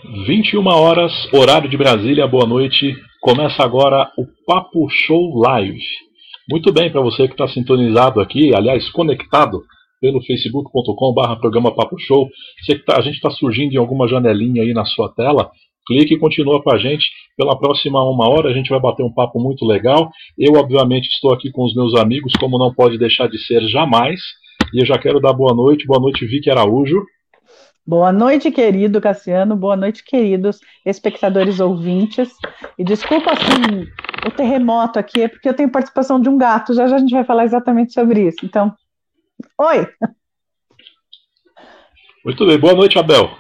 21 horas, horário de Brasília, boa noite. Começa agora o Papo Show Live. Muito bem, para você que está sintonizado aqui, aliás, conectado pelo facebook.com/programa Papo Show. A gente está surgindo em alguma janelinha aí na sua tela. Clique e continua com a gente. Pela próxima 1 hora a gente vai bater um papo muito legal. Eu, obviamente, estou aqui com os meus amigos, como não pode deixar de ser jamais. E eu já quero dar boa noite. Boa noite, Vicky Araújo. Boa noite, querido Cassiano. Boa noite, queridos espectadores ouvintes. E desculpa, assim, o terremoto aqui é porque eu tenho participação de um gato. Já já a gente vai falar exatamente sobre isso. Então, oi! Muito bem. Boa noite, Abel.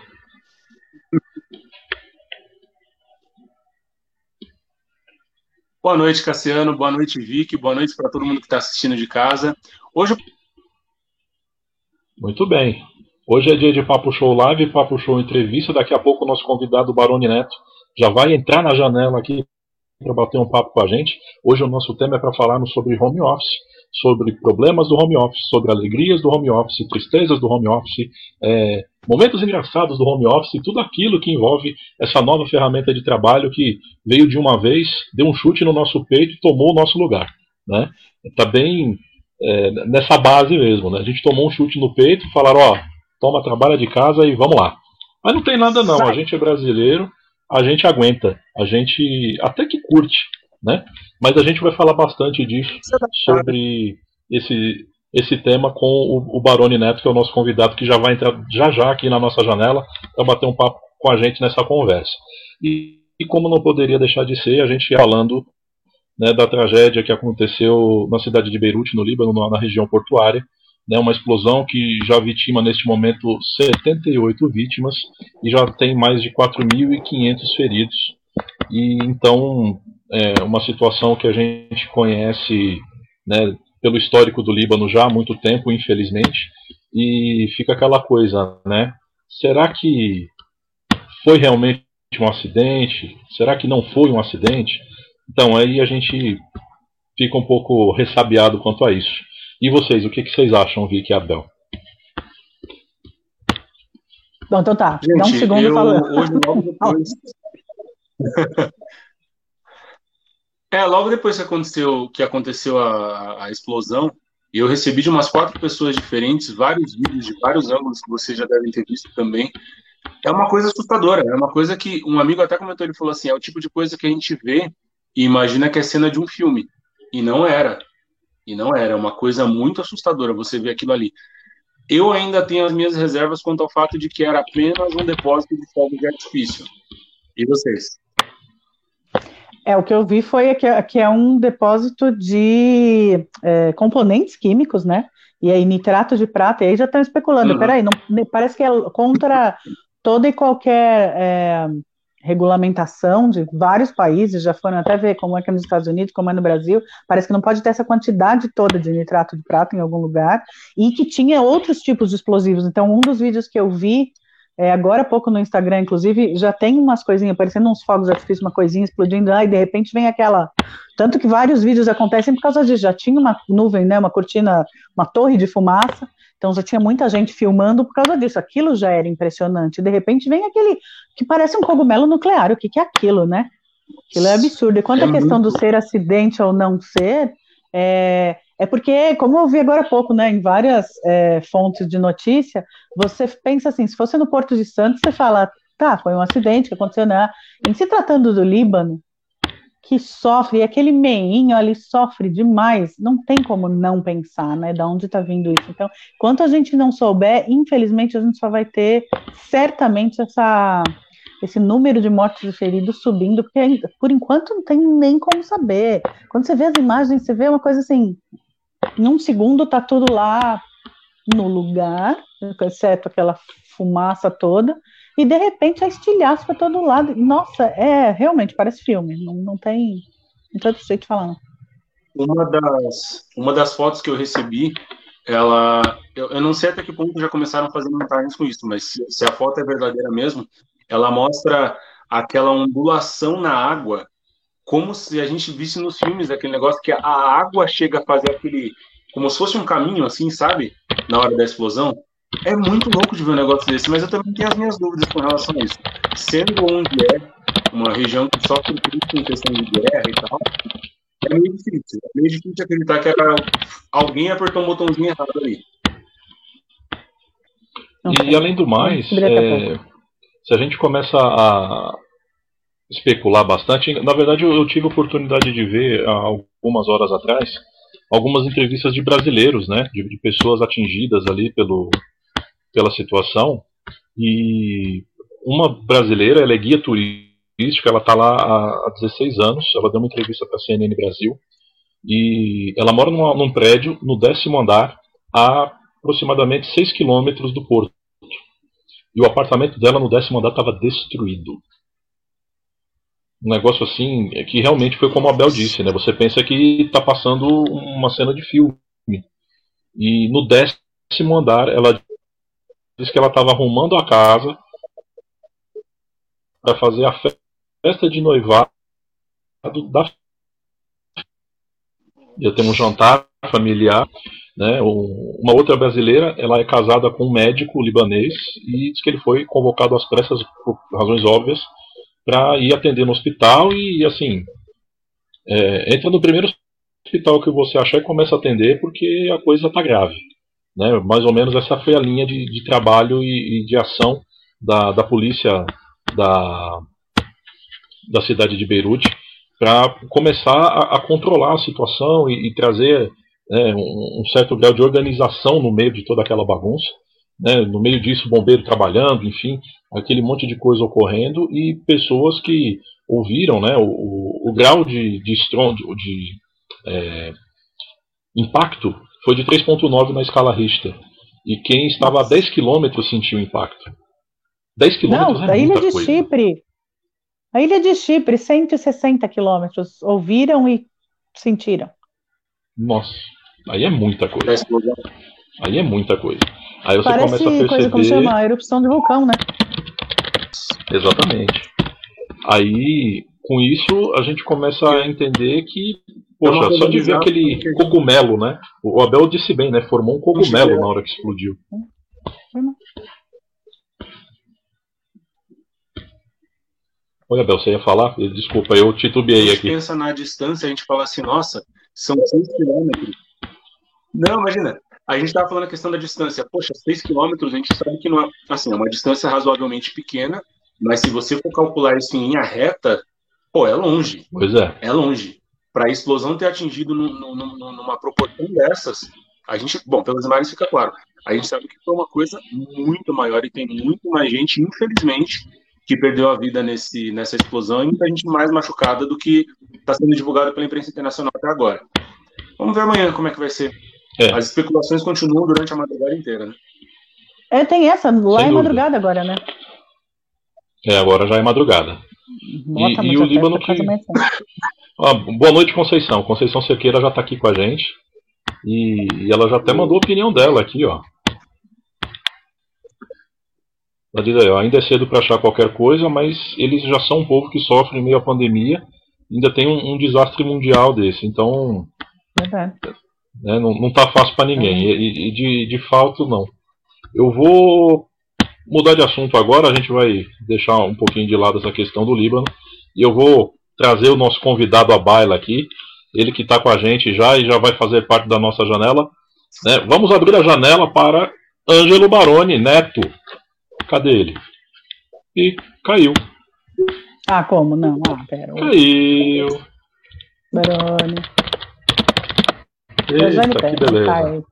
Boa noite, Cassiano. Boa noite, Vicky. Boa noite para todo mundo que está assistindo de casa. Muito bem. Hoje é dia de Papo Show Live, Papo Show Entrevista. Daqui a pouco o nosso convidado, o Baroni Neto, já vai entrar na janela aqui para bater um papo com a gente. Hoje o nosso tema é para falarmos sobre home office, sobre problemas do home office, sobre alegrias do home office, tristezas do home office, momentos engraçados do home office, tudo aquilo que envolve essa nova ferramenta de trabalho que veio de uma vez, deu um chute no nosso peito e tomou o nosso lugar, né? Tá bem nessa base mesmo, né? A gente tomou um chute no peito e falaram, toma, trabalha de casa e vamos lá. Mas não tem nada não, a gente é brasileiro, a gente aguenta, a gente até que curte, né? Mas a gente vai falar bastante disso, sobre esse tema com o Baroni Neto, que é o nosso convidado, que já vai entrar já aqui na nossa janela para bater um papo com a gente nessa conversa. E como não poderia deixar de ser, a gente ia falando, né, da tragédia que aconteceu na cidade de Beirute, no Líbano, na região portuária, né, uma explosão que já vitima neste momento 78 vítimas e já tem mais de 4.500 feridos. E então é uma situação que a gente conhece, né, pelo histórico do Líbano já há muito tempo, infelizmente, e fica aquela coisa, né? Será que foi realmente um acidente? Será que não foi um acidente? Então aí a gente fica um pouco ressabiado quanto a isso. E vocês, o que vocês acham, Vicky e Abel? Bom, então tá, gente, dá um segundo falando. Hoje, logo depois... logo depois que aconteceu a explosão, eu recebi de umas 4 pessoas diferentes vários vídeos de vários ângulos que vocês já devem ter visto também. É uma coisa assustadora, é uma coisa que um amigo até comentou, ele falou assim, é o tipo de coisa que a gente vê e imagina que é cena de um filme. E não era. É uma coisa muito assustadora você ver aquilo ali. Eu ainda tenho as minhas reservas quanto ao fato de que era apenas um depósito de fogo de artifício. E vocês? O que eu vi foi que é um depósito de componentes químicos, né? E aí nitrato de prata, e aí já estão especulando. Peraí, não, parece que é contra toda e qualquer regulamentação de vários países, já foram até ver como é que é nos Estados Unidos, como é no Brasil, parece que não pode ter essa quantidade toda de nitrato de prata em algum lugar, e que tinha outros tipos de explosivos. Então, um dos vídeos que eu vi, agora há pouco no Instagram, inclusive, já tem umas coisinhas, parecendo uns fogos de artifício, uma coisinha explodindo, e de repente vem aquela... Tanto que vários vídeos acontecem por causa disso, já tinha uma nuvem, né, uma cortina, uma torre de fumaça, então já tinha muita gente filmando por causa disso, aquilo já era impressionante, de repente vem aquele que parece um cogumelo nuclear, o que é aquilo, né? Aquilo é absurdo, e quanto à questão do ser acidente ou não ser, é porque, como eu vi agora há pouco, né, em várias fontes de notícia, você pensa assim, se fosse no Porto de Santos, você fala, tá, foi um acidente que aconteceu, né? Em se tratando do Líbano, que sofre, aquele meinho ali sofre demais, não tem como não pensar, né, de onde está vindo isso. Então, enquanto a gente não souber, infelizmente a gente só vai ter certamente esse número de mortos e feridos subindo, porque por enquanto não tem nem como saber. Quando você vê as imagens, você vê uma coisa assim, em um segundo tá tudo lá no lugar, exceto aquela fumaça toda, e de repente é estilhaço para todo lado. Nossa, realmente parece filme, não tem outro jeito de falar, não. Uma das fotos que eu recebi, eu não sei até que ponto já começaram a fazer montagens com isso, mas se a foto é verdadeira mesmo, ela mostra aquela ondulação na água, como se a gente visse nos filmes aquele negócio que a água chega a fazer aquele, como se fosse um caminho assim, sabe? Na hora da explosão. É muito louco de ver um negócio desse, mas eu também tenho as minhas dúvidas com relação a isso. Sendo onde é uma região que sofre muito em questão de guerra e tal, é meio difícil. É meio difícil acreditar que alguém apertou um botãozinho errado ali. E além do mais, se a gente começa a especular bastante, na verdade eu tive a oportunidade de ver há algumas horas atrás algumas entrevistas de brasileiros, né, de pessoas atingidas ali pela situação, e uma brasileira, ela é guia turística, ela está lá há 16 anos, ela deu uma entrevista para a CNN Brasil, e ela mora num prédio no 10º andar, a aproximadamente 6 quilômetros do porto, e o apartamento dela no 10º andar estava destruído. Um negócio assim, que realmente foi como a Bel disse, né? Você pensa que está passando uma cena de filme. E no 10º andar, ela disse que ela estava arrumando a casa para fazer a festa de noivado da... Ia ter um jantar familiar, né? Uma outra brasileira, ela é casada com um médico libanês e diz que ele foi convocado às pressas por razões óbvias para ir atender no hospital e, assim, entra no primeiro hospital que você achar e começa a atender porque a coisa está grave. Né? Mais ou menos essa foi a linha de trabalho e de ação da polícia da cidade de Beirute para começar a controlar a situação e trazer um certo grau de organização no meio de toda aquela bagunça. Né, no meio disso, bombeiro trabalhando, enfim, aquele monte de coisa ocorrendo e pessoas que ouviram, né, o grau de impacto foi de 3,9 na escala Richter. E quem estava a 10 km sentiu o impacto. 10 km é muita coisa. A ilha de Chipre, 160 quilômetros, ouviram e sentiram. Nossa, aí é muita coisa. Aí é muita coisa. Aí você parece começa a perceber... coisa como chama, a erupção de vulcão, né? Exatamente. Aí, com isso, a gente começa a entender que, poxa, só de ver aquele cogumelo, né? O Abel disse bem, né? Formou um cogumelo na hora que explodiu. Oi, Abel, você ia falar? Desculpa, eu titubeei aqui. A gente pensa na distância, a gente fala assim, nossa, são 6 quilômetros. Não, imagina. A gente estava falando a questão da distância. Poxa, 6 quilômetros, a gente sabe que não é, assim, é uma distância razoavelmente pequena, mas se você for calcular isso em linha reta, pô, é longe. Pois é. É longe. Para a explosão ter atingido numa proporção dessas, a gente, bom, pelas imagens fica claro, a gente sabe que foi uma coisa muito maior e tem muito mais gente, infelizmente, que perdeu a vida nessa explosão e muita gente mais machucada do que está sendo divulgado pela imprensa internacional até agora. Vamos ver amanhã como é que vai ser. As especulações continuam durante a madrugada inteira, né? Tem essa, lá é madrugada agora, né? Agora já é madrugada. E o Líbano que... boa noite, Conceição. Conceição Cerqueira já está aqui com a gente. E ela já até mandou a opinião dela aqui, ó. Ela diz aí, ó, ainda é cedo para achar qualquer coisa, mas eles já são um povo que sofre em meio à pandemia. Ainda tem um desastre mundial desse. Então... Verdade. Não está fácil para ninguém. E de fato, não. Eu vou mudar de assunto agora. A gente vai deixar um pouquinho de lado essa questão do Líbano. E eu vou trazer o nosso convidado à baila aqui. Ele que está com a gente já e já vai fazer parte da nossa janela. Né? Vamos abrir a janela para Ângelo Baroni Neto. Cadê ele? E caiu. Ah, como? Não. Pera. Caiu. Baroni. Eita, que beleza.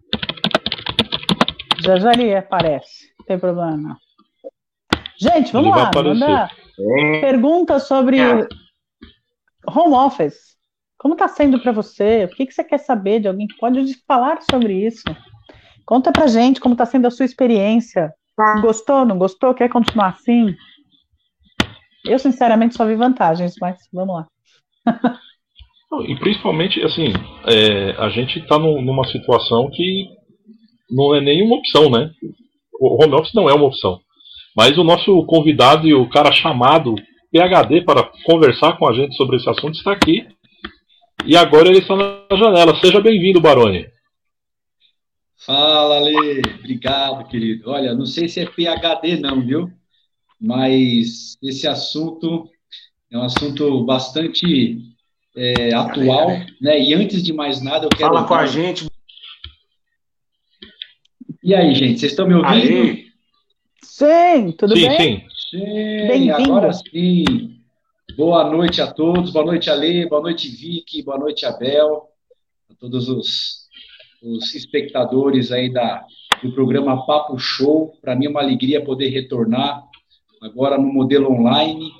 Já ele aparece, não tem problema não. Gente, vamos lá, manda pergunta sobre home office. Como está sendo para você? O que você quer saber de alguém que pode falar sobre isso? Conta pra gente como está sendo a sua experiência. Gostou, não gostou? Quer continuar assim? Eu, sinceramente, só vi vantagens, mas vamos lá. E principalmente, assim, a gente está numa situação que não é nenhuma opção, né? O home office não é uma opção. Mas o nosso convidado e o cara chamado PhD para conversar com a gente sobre esse assunto está aqui. E agora ele está na janela. Seja bem-vindo, Baroni. Fala, Ale. Obrigado, querido. Olha, não sei se é PhD não, viu? Mas esse assunto é um assunto bastante atual, né? E antes de mais nada, eu quero... Fala com a gente. E aí, gente, vocês estão me ouvindo? Aê. Sim, tudo bem? Sim. Sim, agora sim. Boa noite a todos. Boa noite, Ale. Boa noite, Vicky. Boa noite, Abel. A todos os espectadores aí do programa Papo Show. Para mim é uma alegria poder retornar agora no modelo online.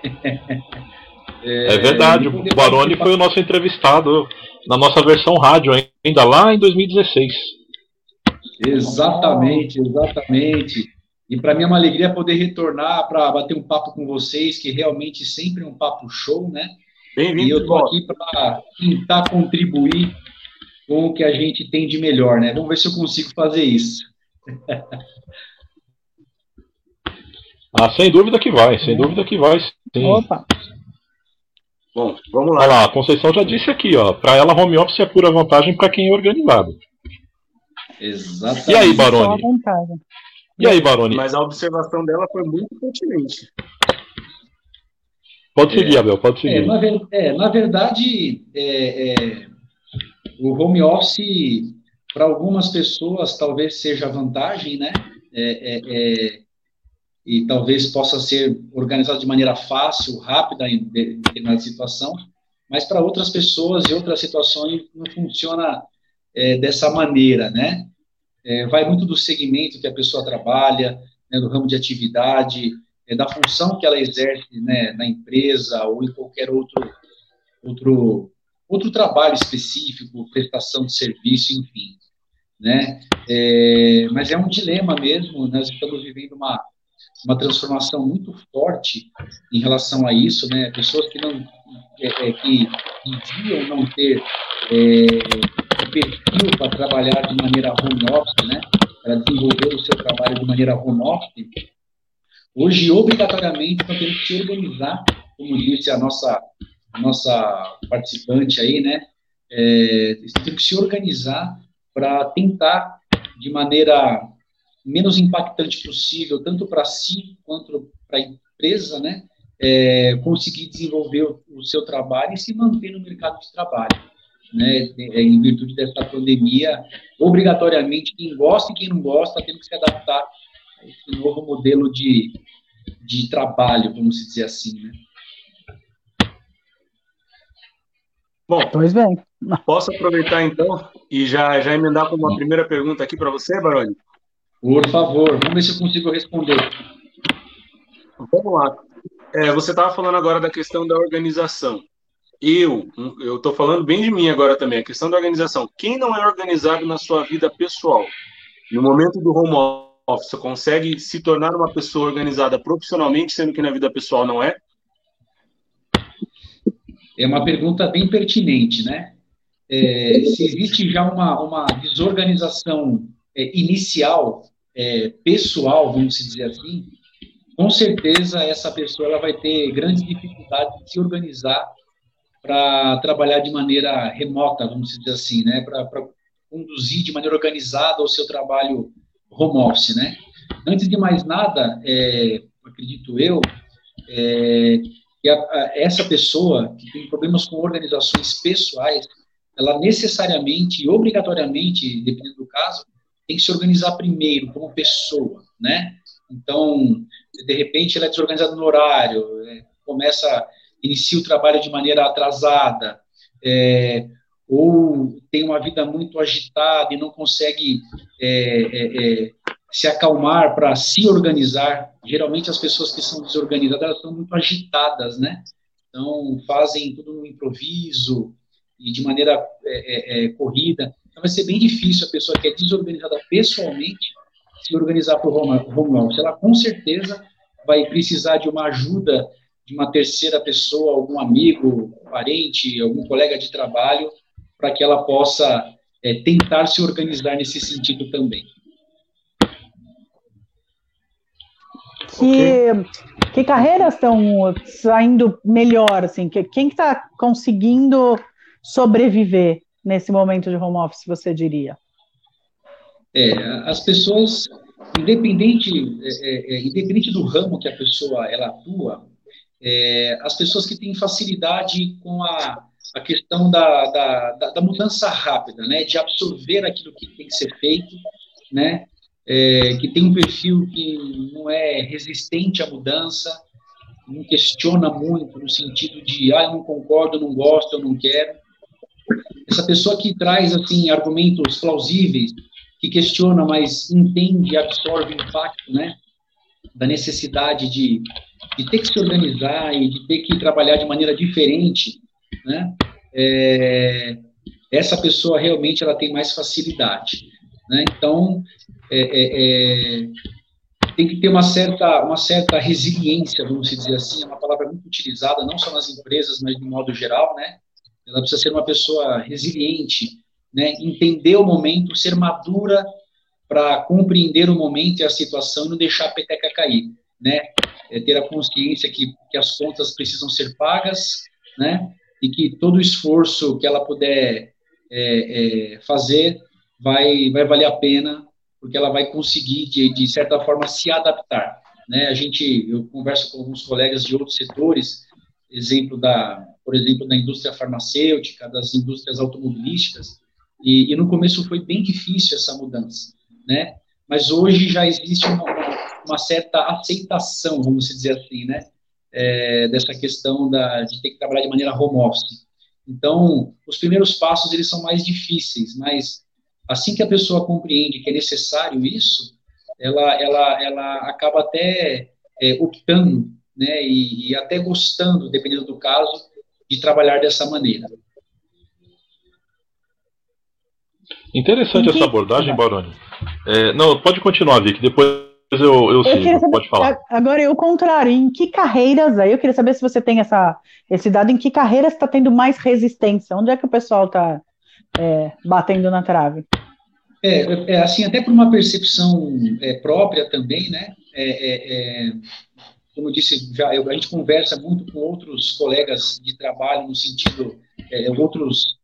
É verdade, o Baroni foi o nosso entrevistado na nossa versão rádio ainda lá em 2016. Exatamente. E para mim é uma alegria poder retornar para bater um papo com vocês, que realmente sempre é um papo show, né? Bem-vindo. E eu estou aqui para tentar contribuir com o que a gente tem de melhor, né? Vamos ver se eu consigo fazer isso. Sem dúvida que vai, sim. Opa! Bom, vamos lá. Olha lá, a Conceição já disse aqui, ó, para ela home office é pura vantagem para quem é organizado. Exatamente. E aí, Baroni? Mas a observação dela foi muito pertinente. Pode seguir, Abel, pode seguir. Na verdade, o home office, para algumas pessoas, talvez seja vantagem, né? E talvez possa ser organizado de maneira fácil, rápida, em determinada situação, mas para outras pessoas e outras situações não funciona dessa maneira, né? Vai muito do segmento que a pessoa trabalha, né, do ramo de atividade, da função que ela exerce, né, na empresa ou em qualquer outro trabalho específico, prestação de serviço, enfim, né? Mas é um dilema mesmo. Nós estamos vivendo uma transformação muito forte em relação a isso, né? Pessoas que que deviam não ter o perfil para trabalhar de maneira home office, né? Para desenvolver o seu trabalho de maneira home office, hoje, obrigatoriamente, estão tendo que se organizar, como disse a nossa participante aí, né? Tem que se organizar para tentar, de maneira menos impactante possível, tanto para si quanto para a empresa, né? Conseguir desenvolver o seu trabalho e se manter no mercado de trabalho, né? Em virtude dessa pandemia, obrigatoriamente, quem gosta e quem não gosta, tendo que se adaptar a esse novo modelo de trabalho, vamos dizer assim, né? Bom, pois bem. Posso aproveitar então e já emendar com uma primeira pergunta aqui para você, Baroni? Por favor, vamos ver se eu consigo responder. Vamos lá. Você estava falando agora da questão da organização. Eu estou falando bem de mim agora também, a questão da organização. Quem não é organizado na sua vida pessoal, no momento do home office, consegue se tornar uma pessoa organizada profissionalmente, sendo que na vida pessoal não é? É uma pergunta bem pertinente, né? Se existe já uma desorganização inicial, pessoal, vamos dizer assim, com certeza essa pessoa ela vai ter grandes dificuldades de se organizar para trabalhar de maneira remota, vamos dizer assim, né? Para conduzir de maneira organizada o seu trabalho home office, né? Antes de mais nada, acredito eu, que essa pessoa que tem problemas com organizações pessoais, ela necessariamente e obrigatoriamente, dependendo do caso, tem que se organizar primeiro como pessoa, né? Então, de repente, ela é desorganizada no horário, inicia o trabalho de maneira atrasada, ou tem uma vida muito agitada e não consegue se acalmar para se organizar. Geralmente, as pessoas que são desorganizadas, elas são muito agitadas, né? Então, fazem tudo no improviso e de maneira corrida. Então, vai ser bem difícil a pessoa que é desorganizada pessoalmente se organizar para o home office. Ela, com certeza, vai precisar de uma ajuda de uma terceira pessoa, algum amigo, parente, algum colega de trabalho, para que ela possa tentar se organizar nesse sentido também. Que carreiras estão saindo melhor, assim? Quem está conseguindo sobreviver nesse momento de home office, você diria? As pessoas, independente do ramo que a pessoa ela atua, as pessoas que têm facilidade com a questão da mudança rápida, né, de absorver aquilo que tem que ser feito, né, que tem um perfil que não é resistente à mudança, não questiona muito no sentido de, eu não concordo, eu não gosto, eu não quero. Essa pessoa que traz, assim, argumentos plausíveis, que questiona, mas entende e absorve o impacto, né, da necessidade de ter que se organizar e de ter que trabalhar de maneira diferente, né, essa pessoa realmente ela tem mais facilidade, né? Então, tem que ter uma certa resiliência, vamos dizer assim, é uma palavra muito utilizada, não só nas empresas, mas de modo geral, né? Ela precisa ser uma pessoa resiliente, né? Entender o momento, ser madura para compreender o momento e a situação e não deixar a peteca cair, né? Ter a consciência que as contas precisam ser pagas, né? E que todo o esforço que ela puder fazer vai valer a pena, porque ela vai conseguir, de certa forma, se adaptar, né? Eu converso com alguns colegas de outros setores, por exemplo, da indústria farmacêutica, das indústrias automobilísticas, e no começo foi bem difícil essa mudança, né? Mas hoje já existe uma certa aceitação, vamos dizer assim, né? Dessa questão de ter que trabalhar de maneira home office. Então, os primeiros passos, eles são mais difíceis, mas assim que a pessoa compreende que é necessário isso, ela acaba até optando, né, e até gostando, dependendo do caso, de trabalhar dessa maneira. Interessante essa abordagem, Baroni. Não, pode continuar, Vic, depois eu sigo, saber, pode falar. Agora, o contrário, em que carreiras aí, eu queria saber se você tem esse dado, em que carreiras está tendo mais resistência, onde é que o pessoal está batendo na trave? Assim, até por uma percepção própria também, né, como eu disse, a gente conversa muito com outros colegas de trabalho, no sentido, outros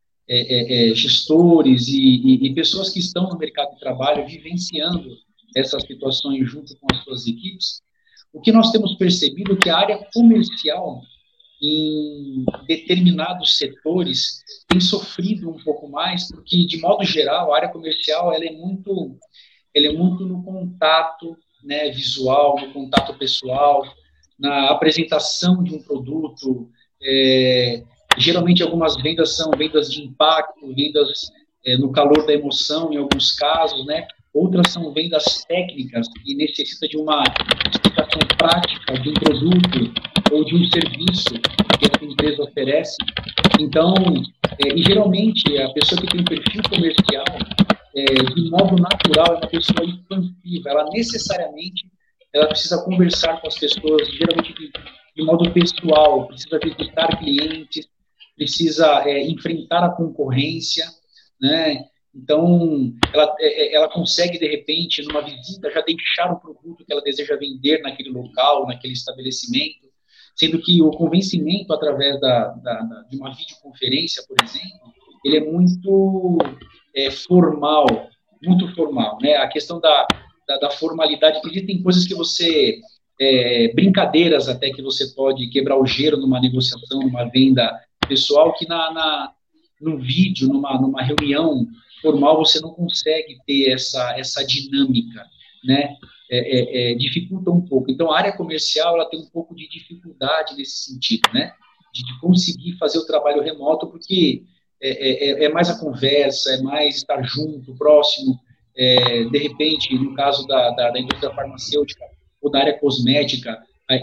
gestores e pessoas que estão no mercado de trabalho vivenciando essas situações junto com as suas equipes. O que nós temos percebido é que a área comercial, em determinados setores, tem sofrido um pouco mais, porque, de modo geral, a área comercial ela é muito no contato, né, visual, no contato pessoal, na apresentação de um produto. Geralmente, algumas vendas são vendas de impacto, vendas no calor da emoção, em alguns casos, né? Outras são vendas técnicas, que necessitam de uma explicação prática de um produto ou de um serviço que a empresa oferece. Então, e geralmente, a pessoa que tem um perfil comercial, de modo natural, é uma pessoa expansiva. Ela necessariamente precisa conversar com as pessoas, geralmente de modo pessoal, precisa visitar clientes, precisa enfrentar a concorrência, né? Então, ela consegue, de repente, numa visita, já deixar o produto que ela deseja vender naquele local, naquele estabelecimento, sendo que o convencimento através de uma videoconferência, por exemplo, ele é muito formal, né? A questão da formalidade, existem coisas que você, brincadeiras até que você pode quebrar o gelo numa negociação, numa venda pessoal, que num vídeo, numa reunião formal, você não consegue ter essa dinâmica, né? Dificulta um pouco. Então, a área comercial ela tem um pouco de dificuldade nesse sentido, né? De conseguir fazer o trabalho remoto, porque é mais a conversa, é mais estar junto, próximo. De repente, no caso da indústria farmacêutica ou da área cosmética,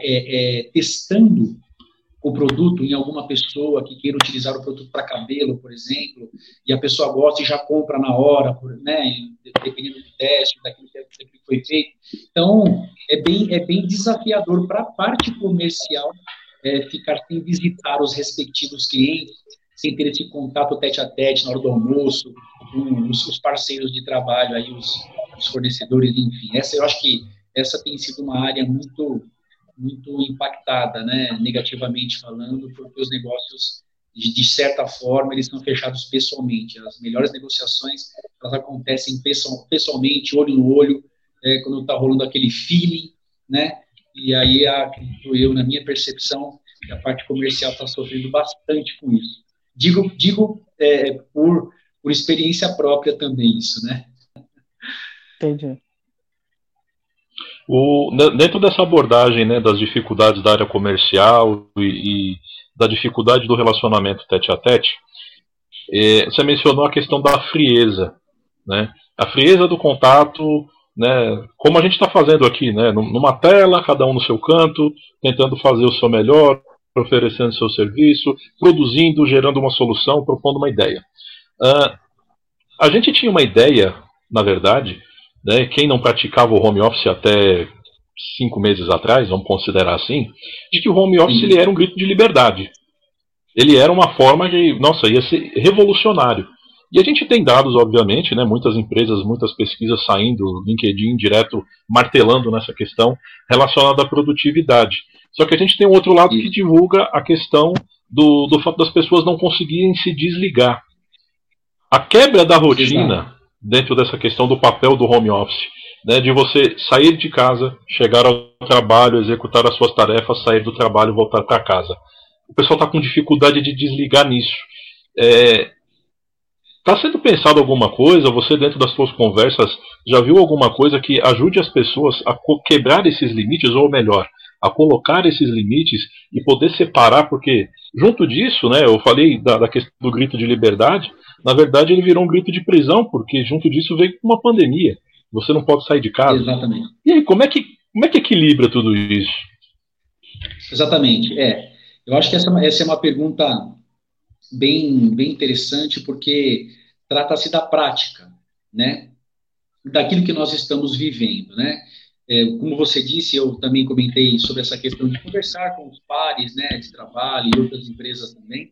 testando o produto em alguma pessoa que queira utilizar o produto para cabelo, por exemplo, e a pessoa gosta e já compra na hora, né, dependendo do teste, daquilo que foi feito. Então, é bem desafiador para a parte comercial ficar sem visitar os respectivos clientes, sem ter esse contato tete-a-tete na hora do almoço, com os parceiros de trabalho, aí os fornecedores, enfim. Eu acho que essa tem sido uma área muito impactada, né, negativamente falando, porque os negócios de certa forma, eles são fechados pessoalmente. As melhores negociações, elas acontecem pessoalmente, olho no olho, quando está rolando aquele feeling, né? E aí, acredito eu, na minha percepção, que a parte comercial está sofrendo bastante com isso. Digo por experiência própria também isso, né? Entendi. Dentro dessa abordagem, né, das dificuldades da área comercial e da dificuldade do relacionamento tete a tete, você mencionou a questão da frieza, né? A frieza do contato, né, como a gente está fazendo aqui, né, numa tela, cada um no seu canto, tentando fazer o seu melhor, oferecendo seu serviço, produzindo, gerando uma solução, propondo uma ideia. A gente tinha uma ideia, na verdade, né, quem não praticava o home office até 5 meses atrás, vamos considerar assim, de que o home office ele era um grito de liberdade. Ele era uma forma de, nossa, ia ser revolucionário. E a gente tem dados, obviamente, né, muitas empresas, muitas pesquisas saindo, LinkedIn direto martelando nessa questão relacionada à produtividade. Só que a gente tem um outro lado que divulga a questão do fato das pessoas não conseguirem se desligar. A quebra da rotina dentro dessa questão do papel do home office, né, de você sair de casa, chegar ao trabalho, executar as suas tarefas, sair do trabalho e voltar para casa. O pessoal está com dificuldade de desligar nisso. Está sendo pensado alguma coisa? Você, dentro das suas conversas, já viu alguma coisa que ajude as pessoas a quebrar esses limites, ou melhor, a colocar esses limites e poder separar? Porque, junto disso, né, eu falei da questão do grito de liberdade, na verdade ele virou um grito de prisão, porque junto disso veio uma pandemia. Você não pode sair de casa. Exatamente. E aí, como é que equilibra tudo isso? Exatamente. Eu acho que essa é uma pergunta bem interessante, porque trata-se da prática, né? Daquilo que nós estamos vivendo, né? Como você disse, eu também comentei sobre essa questão de conversar com os pares, né, de trabalho e outras empresas também.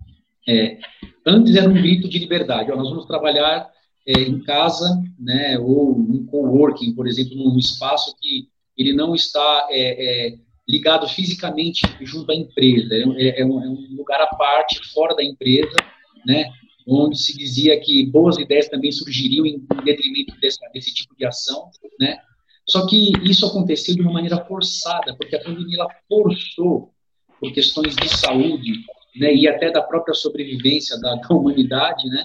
Antes era um grito de liberdade. Nós vamos trabalhar em casa, né, ou em coworking, por exemplo, num espaço que ele não está ligado fisicamente junto à empresa. É um lugar à parte, fora da empresa, né, onde se dizia que boas ideias também surgiriam em detrimento desse tipo de ação, né? Só que isso aconteceu de uma maneira forçada, porque a pandemia ela forçou, por questões de saúde, né, e até da própria sobrevivência da humanidade, né,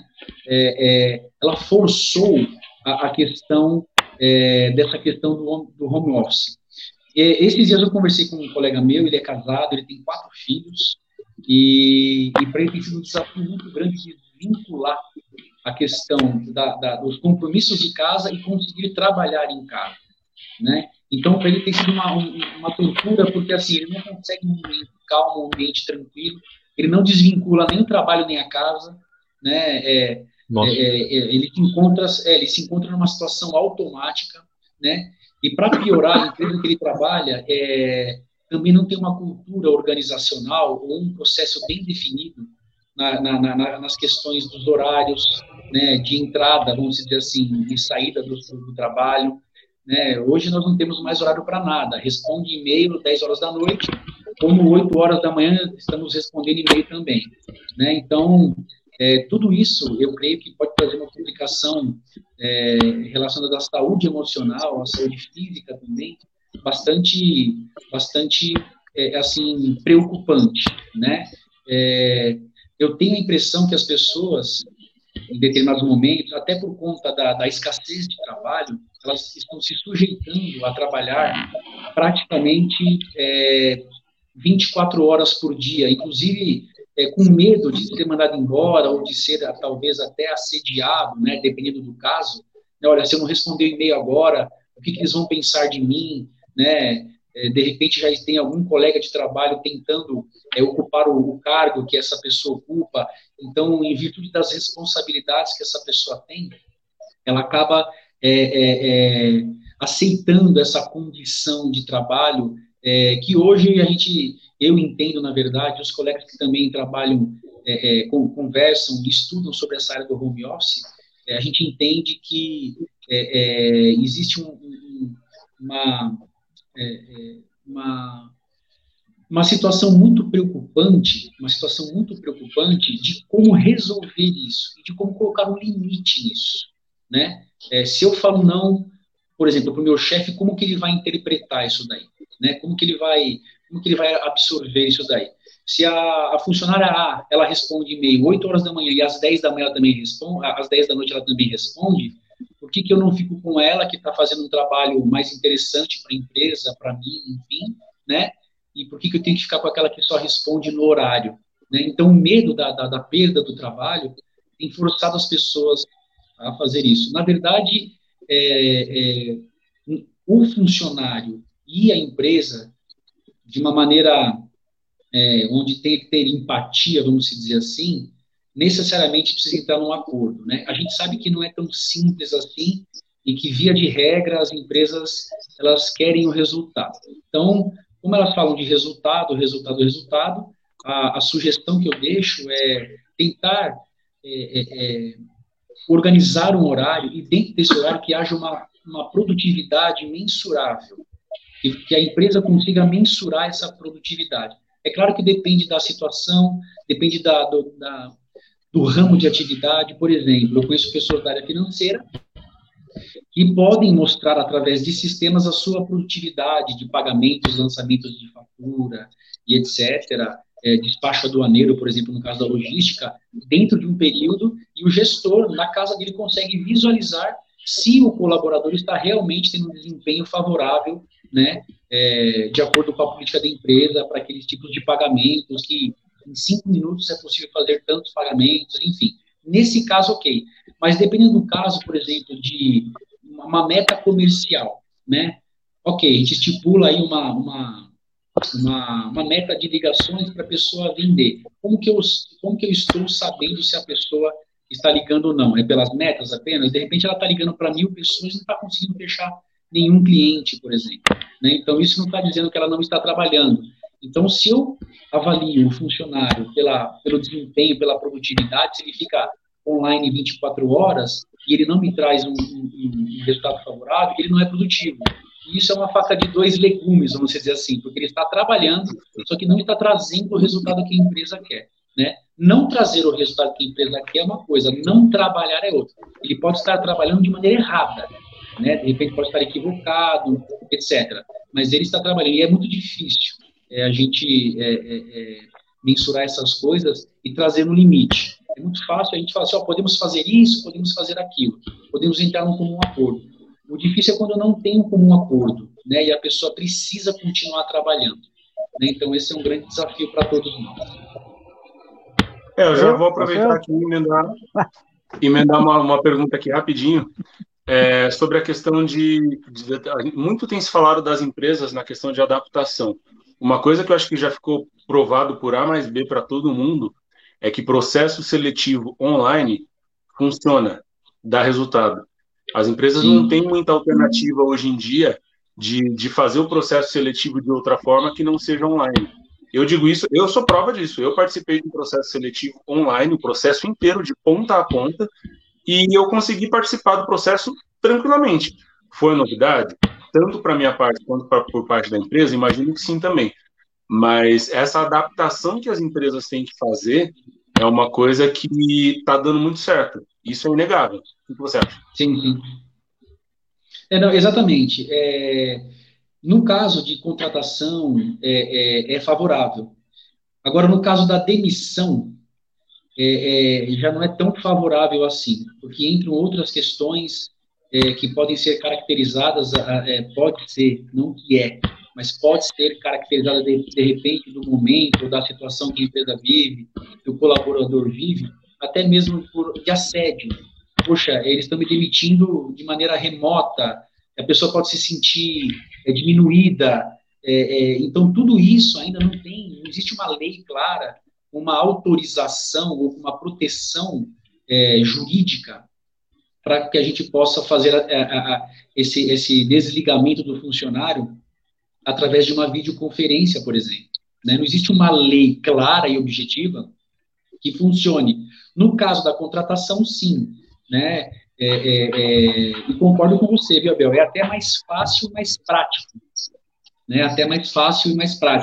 ela forçou a questão dessa questão do home office. Esses dias eu conversei com um colega meu, ele é casado, ele tem 4 filhos, e para ele tem sido um desafio muito grande de vincular a questão dos compromissos de casa e conseguir trabalhar em casa, né? Então, para ele tem sido uma tortura, porque assim, ele não consegue um ambiente calmo, um ambiente tranquilo, ele não desvincula nem o trabalho nem a casa, né? Ele se encontra numa situação automática, né? E para piorar, a empresa que ele trabalha também não tem uma cultura organizacional ou um processo bem definido nas questões dos horários, né, de entrada, vamos dizer assim, e saída do trabalho, né? Hoje nós não temos mais horário para nada. Responde e-mail 10 horas da noite, como 8 horas da manhã estamos respondendo e-mail também, né? Então, tudo isso eu creio que pode trazer uma complicação relacionada à saúde emocional, à saúde física também, bastante assim, preocupante, né? Eu tenho a impressão que as pessoas, em determinados momentos, até por conta da escassez de trabalho, elas estão se sujeitando a trabalhar praticamente 24 horas por dia, inclusive com medo de ser mandado embora ou de ser talvez até assediado, né, dependendo do caso. Olha, se eu não responder o e-mail agora, o que eles vão pensar de mim, né? De repente já tem algum colega de trabalho tentando ocupar o cargo que essa pessoa ocupa. Então, em virtude das responsabilidades que essa pessoa tem, ela acaba aceitando essa condição de trabalho que hoje eu entendo, na verdade, os colegas que também trabalham, conversam, estudam sobre essa área do home office, a gente entende que uma uma situação muito preocupante de como resolver isso, de como colocar um limite nisso, né? Se eu falo não, por exemplo, para o meu chefe, como que ele vai interpretar isso daí, né? Como que ele vai absorver isso daí? Se a funcionária A, ela responde e-mail 8 horas da manhã e às 10 da manhã ela também responde, às 10 da noite ela também responde, por que eu não fico com ela, que está fazendo um trabalho mais interessante para a empresa, para mim, enfim, né? E por que eu tenho que ficar com aquela que só responde no horário, né? Então, o medo da perda do trabalho tem forçado as pessoas a fazer isso. Na verdade, o funcionário e a empresa, de uma maneira onde tem que ter empatia, vamos dizer assim, necessariamente precisa entrar num acordo, né? A gente sabe que não é tão simples assim e que, via de regra, as empresas, elas querem o resultado. Então, como elas falam de resultado, a sugestão que eu deixo é tentar organizar um horário e, dentro desse horário, que haja uma produtividade mensurável, que a empresa consiga mensurar essa produtividade. É claro que depende da situação, depende do ramo de atividade. Por exemplo, eu conheço pessoas da área financeira que podem mostrar, através de sistemas, a sua produtividade de pagamentos, lançamentos de fatura e etc., despacho aduaneiro, por exemplo, no caso da logística, dentro de um período, e o gestor, na casa dele, consegue visualizar se o colaborador está realmente tendo um desempenho favorável, né, de acordo com a política da empresa, para aqueles tipos de pagamentos que em 5 minutos é possível fazer tantos pagamentos, enfim. Nesse caso, ok. Mas dependendo do caso, por exemplo, de uma meta comercial, né? Ok, a gente estipula aí uma meta de ligações para a pessoa vender. Como que eu estou sabendo se a pessoa está ligando ou não? É pelas metas apenas? De repente ela está ligando para 1.000 pessoas e não está conseguindo fechar nenhum cliente, por exemplo, né? Então isso não está dizendo que ela não está trabalhando. Então, se eu avalio o funcionário pelo desempenho, pela produtividade, se ele fica online 24 horas e ele não me traz um resultado favorável, ele não é produtivo. E isso é uma faca de 2 legumes, vamos dizer assim, porque ele está trabalhando, só que não está trazendo o resultado que a empresa quer, né? Não trazer o resultado que a empresa quer é uma coisa, não trabalhar é outra. Ele pode estar trabalhando de maneira errada, né? De repente pode estar equivocado, etc. Mas ele está trabalhando, e é muito difícil a gente mensurar essas coisas e trazer um limite. É muito fácil a gente falar assim, podemos fazer isso, podemos fazer aquilo, podemos entrar num comum acordo. O difícil é quando não tem um comum acordo, né, e a pessoa precisa continuar trabalhando, né? Então esse é um grande desafio para todos nós. Eu já vou aproveitar aqui e emendar uma pergunta aqui rapidinho, sobre a questão muito tem se falado das empresas na questão de adaptação. Uma coisa que eu acho que já ficou provado por A mais B para todo mundo é que processo seletivo online funciona, dá resultado. As empresas não têm muita alternativa hoje em dia de fazer o processo seletivo de outra forma que não seja online. Eu digo isso, eu sou prova disso. Eu participei de um processo seletivo online, o processo inteiro, de ponta a ponta, e eu consegui participar do processo tranquilamente. Foi novidade? Tanto para minha parte quanto por parte da empresa, imagino que sim também. Mas essa adaptação que as empresas têm que fazer é uma coisa que está dando muito certo. Isso é inegável. O que você acha? Sim. Não, exatamente. No caso de contratação, é favorável. Agora, no caso da demissão, já não é tão favorável assim, porque entram outras questões que podem ser caracterizadas, pode ser, não que mas pode ser caracterizada de repente do momento, da situação que a empresa vive, que o colaborador vive, até mesmo de assédio. Poxa, eles estão me demitindo de maneira remota, a pessoa pode se sentir diminuída, então tudo isso ainda não existe uma lei clara, uma autorização ou uma proteção jurídica para que a gente possa fazer esse desligamento do funcionário através de uma videoconferência, por exemplo, né? Não existe uma lei clara e objetiva que funcione. No caso da contratação, sim, né? E concordo com você, viu, Abel? É até mais fácil e mais prático, né? Até mais fácil e mais prático.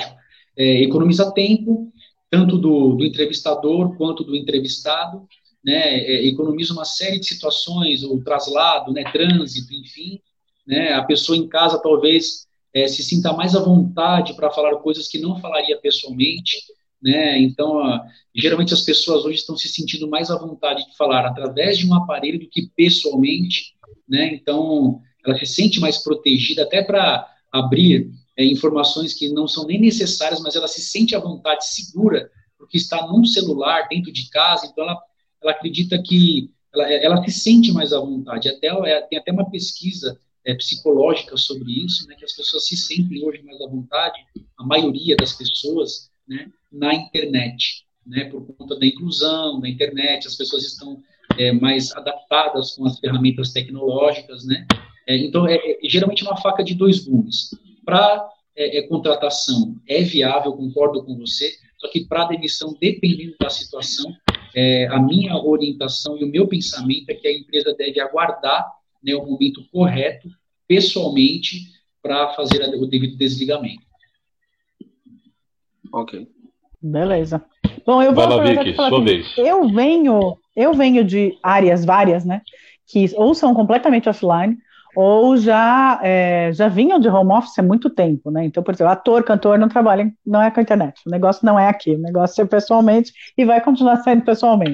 economiza tempo, tanto do entrevistador quanto do entrevistado, né, economiza uma série de situações, o traslado, né, trânsito, enfim, né, a pessoa em casa talvez se sinta mais à vontade para falar coisas que não falaria pessoalmente, né, então, geralmente as pessoas hoje estão se sentindo mais à vontade de falar através de um aparelho do que pessoalmente, né, então, ela se sente mais protegida até para abrir informações que não são nem necessárias, mas ela se sente à vontade, segura, porque está num celular, dentro de casa, então ela acredita que ela se sente mais à vontade. Tem até uma pesquisa psicológica sobre isso, né, que as pessoas se sentem hoje mais à vontade, a maioria das pessoas, né, na internet, né, por conta da inclusão, da internet, as pessoas estão mais adaptadas com as ferramentas tecnológicas, né, então geralmente uma faca de dois gumes. Para contratação é viável, concordo com você, só que para demissão, dependendo da situação, a minha orientação e o meu pensamento é que a empresa deve aguardar, né, o momento correto, pessoalmente, para fazer o devido desligamento. Ok. Beleza. Bom, eu vou aproveitar e falar sua vez. Eu venho de áreas várias, né, que ou são completamente offline, ou já vinham de home office há muito tempo, né? Então, por exemplo, ator, cantor não é com a internet, o negócio não é aqui, o negócio é pessoalmente e vai continuar sendo pessoalmente.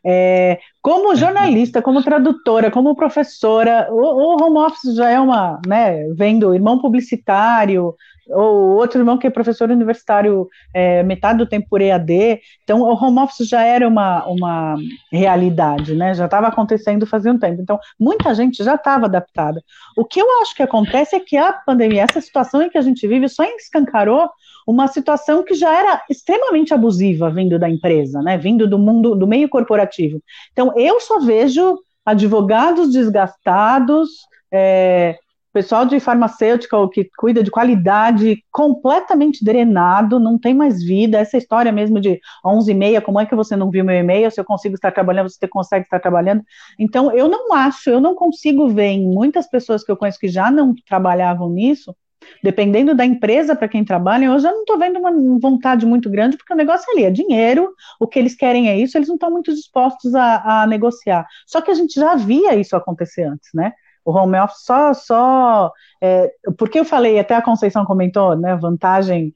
Como jornalista, como tradutora, como professora, o home office já é né, vem do irmão publicitário, ou outro irmão que é professor universitário metade do tempo por EAD, então o home office já era uma realidade, né, já estava acontecendo fazia um tempo, então muita gente já estava adaptada. O que eu acho que acontece é que a pandemia, essa situação em que a gente vive, só escancarou uma situação que já era extremamente abusiva vindo da empresa, né, vindo do mundo, do meio corporativo. Então eu só vejo advogados desgastados, pessoal de farmacêutica que cuida de qualidade completamente drenado, não tem mais vida, essa história mesmo de 11h30, como é que você não viu meu e-mail, se eu consigo estar trabalhando, você consegue estar trabalhando, então eu não consigo ver em muitas pessoas que eu conheço que já não trabalhavam nisso, dependendo da empresa para quem trabalha, eu já não estou vendo uma vontade muito grande, porque o negócio ali é dinheiro, o que eles querem é isso, eles não estão muito dispostos a negociar, só que a gente já via isso acontecer antes, né? O home office porque eu falei, até a Conceição comentou, né, vantagem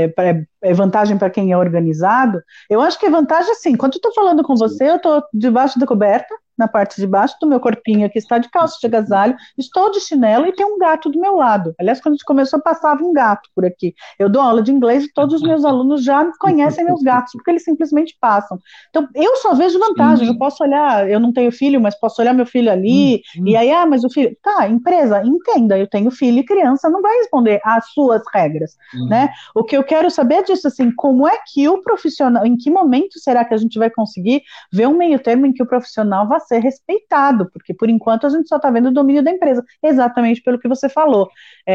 para quem é organizado, eu acho que é vantagem assim, quando eu estou falando com você, eu estou debaixo da coberta, na parte de baixo do meu corpinho aqui está de calça de agasalho, estou de chinelo e tem um gato do meu lado. Aliás, quando a gente começou, passava um gato por aqui. Eu dou aula de inglês e todos os meus alunos já conhecem meus gatos, porque eles simplesmente passam. Então, eu só vejo vantagem. Eu posso olhar, eu não tenho filho, mas posso olhar meu filho ali, e aí, mas o filho... Tá, empresa, entenda, eu tenho filho e criança não vai responder às suas regras, né? O que eu quero saber disso, assim, como é que o profissional, em que momento será que a gente vai conseguir ver um meio termo em que o profissional vai ser respeitado, porque por enquanto a gente só está vendo o domínio da empresa, exatamente pelo que você falou.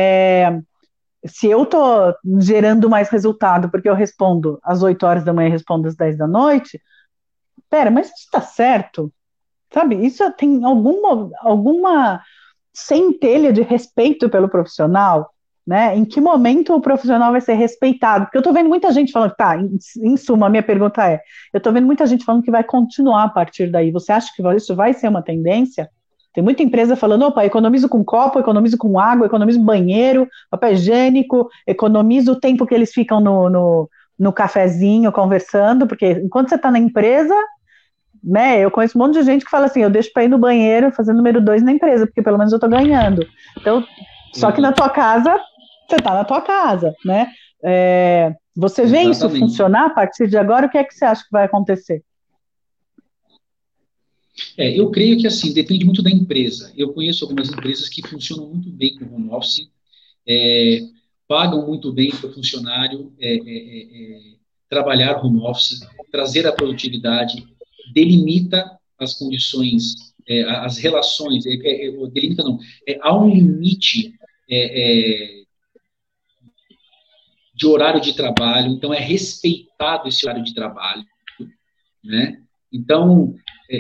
Se eu estou gerando mais resultado porque eu respondo às 8 horas da manhã e respondo às 10 da noite, mas isso está certo? Sabe, isso tem alguma centelha de respeito pelo profissional? Né? Em que momento o profissional vai ser respeitado? Porque eu estou vendo muita gente falando, em suma, a minha pergunta eu estou vendo muita gente falando que vai continuar a partir daí. Você acha que isso vai ser uma tendência? Tem muita empresa falando, opa, economizo com copo, economizo com água, economizo banheiro, papel higiênico, economizo o tempo que eles ficam no cafezinho conversando, porque enquanto você está na empresa, né, eu conheço um monte de gente que fala assim, eu deixo para ir no banheiro fazer número 2 na empresa, porque pelo menos eu estou ganhando. Então, só que na tua casa, você está na tua casa, né? Você vê isso funcionar a partir de agora? O que é que você acha que vai acontecer? Eu creio que, assim, depende muito da empresa. Eu conheço algumas empresas que funcionam muito bem com home office, pagam muito bem para o funcionário trabalhar home office, trazer a produtividade, delimita as condições, as relações, delimita não, há um limite de horário de trabalho, então é respeitado esse horário de trabalho, né? Então,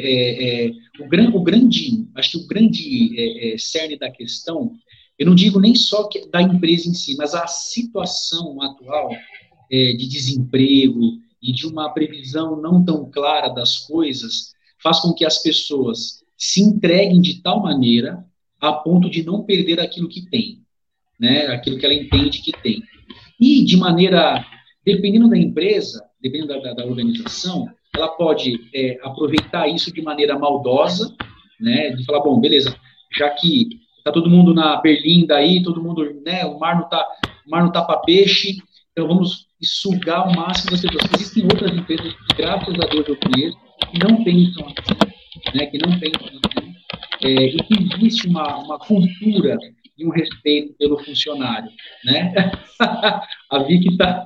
acho que o grande cerne da questão, eu não digo nem só da empresa em si, mas a situação atual, de desemprego e de uma previsão não tão clara das coisas, faz com que as pessoas se entreguem de tal maneira a ponto de não perder aquilo que tem, né? Aquilo que ela entende que tem. E de maneira, dependendo da empresa, dependendo da organização, ela pode aproveitar isso de maneira maldosa, né? De falar, bom, beleza, já que está todo mundo na berlinda aí, todo mundo, né? O mar não tá para peixe, então vamos sugar o máximo das pessoas. Existem outras empresas que, graças a Deus, eu conheço, que não pensam assim, né? Que não pensam assim, e que existe uma cultura e um respeito pelo funcionário, né? A Vicky está...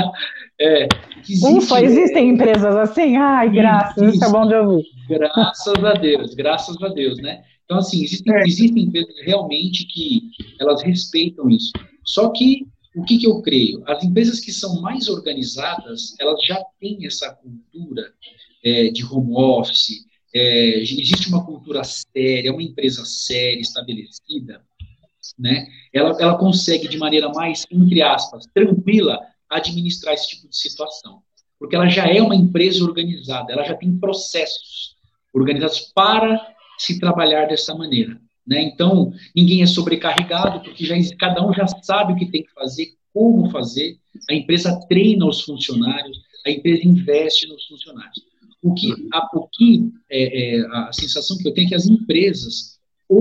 Ufa, existem empresas assim? Ai, graças, isso é bom de ouvir. Graças a Deus, né? Então, assim, existem empresas realmente que elas respeitam isso. Só que, o que eu creio? As empresas que são mais organizadas, elas já têm essa cultura de home office, existe uma cultura séria, uma empresa séria, estabelecida, né? Ela consegue, de maneira mais, entre aspas, tranquila, administrar esse tipo de situação. Porque ela já é uma empresa organizada, ela já tem processos organizados para se trabalhar dessa maneira, né? Então, ninguém é sobrecarregado, porque cada um já sabe o que tem que fazer, como fazer, a empresa treina os funcionários, a empresa investe nos funcionários. A sensação que eu tenho é que as empresas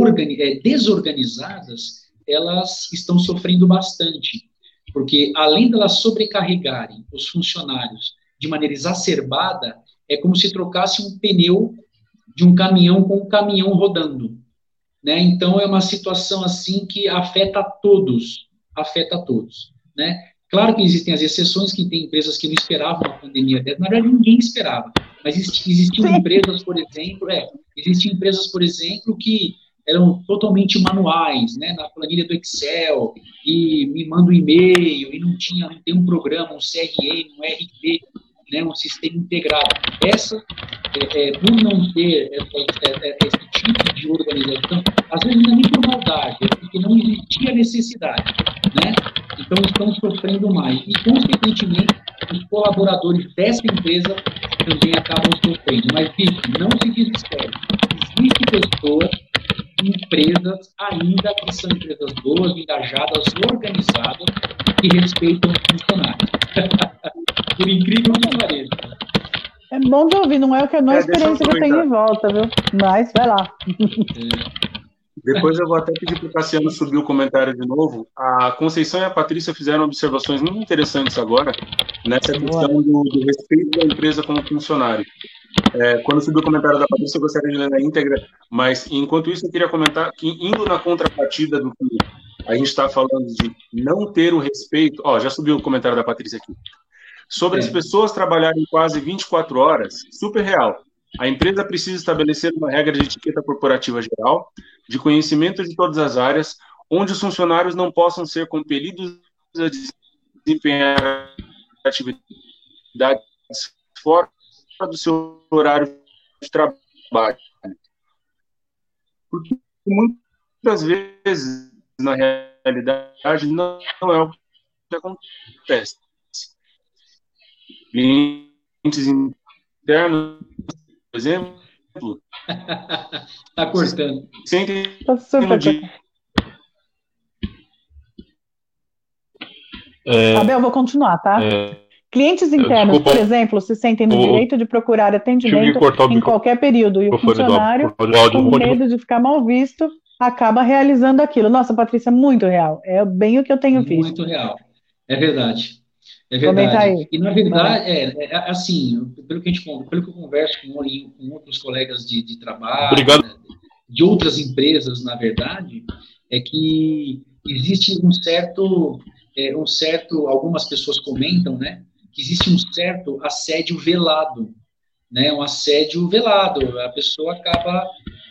desorganizadas, elas estão sofrendo bastante, porque além de elas sobrecarregarem os funcionários de maneira exacerbada, é como se trocasse um pneu de um caminhão com um caminhão rodando, né? Então é uma situação assim que afeta a todos, né? Claro que existem as exceções, que tem empresas que não esperavam uma pandemia dessa, na verdade ninguém esperava, mas existiam empresas, por exemplo, que eram totalmente manuais, né, na planilha do Excel, e me manda um e-mail, e não tem um programa, um CRM, um RP, né, um sistema integrado. Por não ter esse tipo de organização, às vezes não é nem por maldade, é porque não existia necessidade, né? Então estão sofrendo mais. E, consequentemente, os colaboradores dessa empresa também acabam sofrendo. Mas, Vicky, não se desespere. Existem pessoas, empresas ainda que são empresas boas, engajadas, organizadas, que respeitam os funcionários. Por incrível que pareça. É bom de ouvir, não é a experiência que eu tenho em volta, viu? Mas, vai lá. Depois eu vou até pedir para o Cassiano subir o comentário de novo. A Conceição e a Patrícia fizeram observações muito interessantes agora, nessa questão do respeito da empresa como funcionário. Quando subir o comentário da Patrícia, eu gostaria de ler na íntegra, mas enquanto isso eu queria comentar que, indo na contrapartida do que a gente está falando de não ter o respeito... já subiu o comentário da Patrícia aqui. Sobre as pessoas trabalharem quase 24 horas, super real. A empresa precisa estabelecer uma regra de etiqueta corporativa geral, de conhecimento de todas as áreas, onde os funcionários não possam ser compelidos a desempenhar atividades fora do seu horário de trabalho. Porque muitas vezes, na realidade, não é o que acontece. Clientes internos, por exemplo, tá cortando. Sentem Abel, vou continuar, tá? Clientes internos, por exemplo, se sentem no direito de procurar atendimento em qualquer período, e o funcionário, com medo de ficar mal visto, acaba realizando aquilo. Nossa, Patrícia, muito real. É bem o que eu tenho visto. Muito real. É verdade. É verdade. E, na verdade, assim, pelo que eu converso com outros colegas de trabalho, né, de outras empresas, na verdade, é que existe um certo, algumas pessoas comentam, né, que existe um certo assédio velado, né, um assédio velado. A pessoa acaba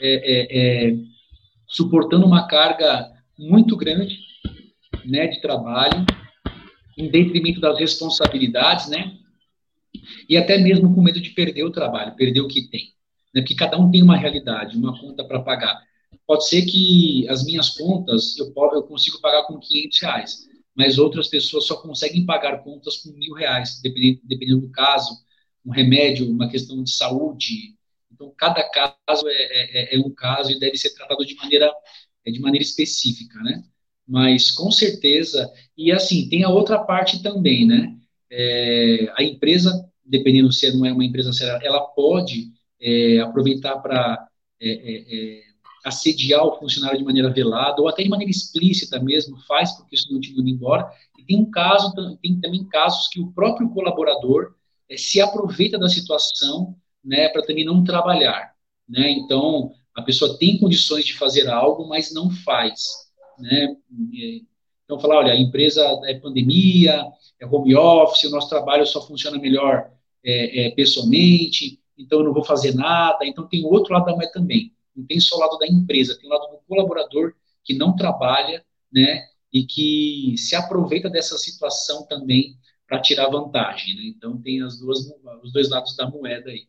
suportando uma carga muito grande, né, de trabalho, em detrimento das responsabilidades, né? E até mesmo com medo de perder o trabalho, perder o que tem, né? Porque cada um tem uma realidade, uma conta para pagar. Pode ser que as minhas contas eu consigo pagar com R$500, mas outras pessoas só conseguem pagar contas com R$ 1.000, dependendo do caso, um remédio, uma questão de saúde. Então, cada caso é um caso e deve ser tratado de maneira específica, né? Mas, com certeza, e assim, tem a outra parte também, né? A empresa, dependendo se não é uma empresa séria, ela pode aproveitar para assediar o funcionário de maneira velada ou até de maneira explícita mesmo, faz porque isso não te manda embora. E tem também casos que o próprio colaborador se aproveita da situação, né, para também não trabalhar, né? Então, a pessoa tem condições de fazer algo, mas não faz, né? Então, falar, olha, a empresa é pandemia, é home office, o nosso trabalho só funciona melhor pessoalmente, então eu não vou fazer nada. Então, tem o outro lado da moeda também. Não tem só o lado da empresa, tem o lado do colaborador que não trabalha, né, e que se aproveita dessa situação também para tirar vantagem, né? Então, tem os dois lados da moeda aí.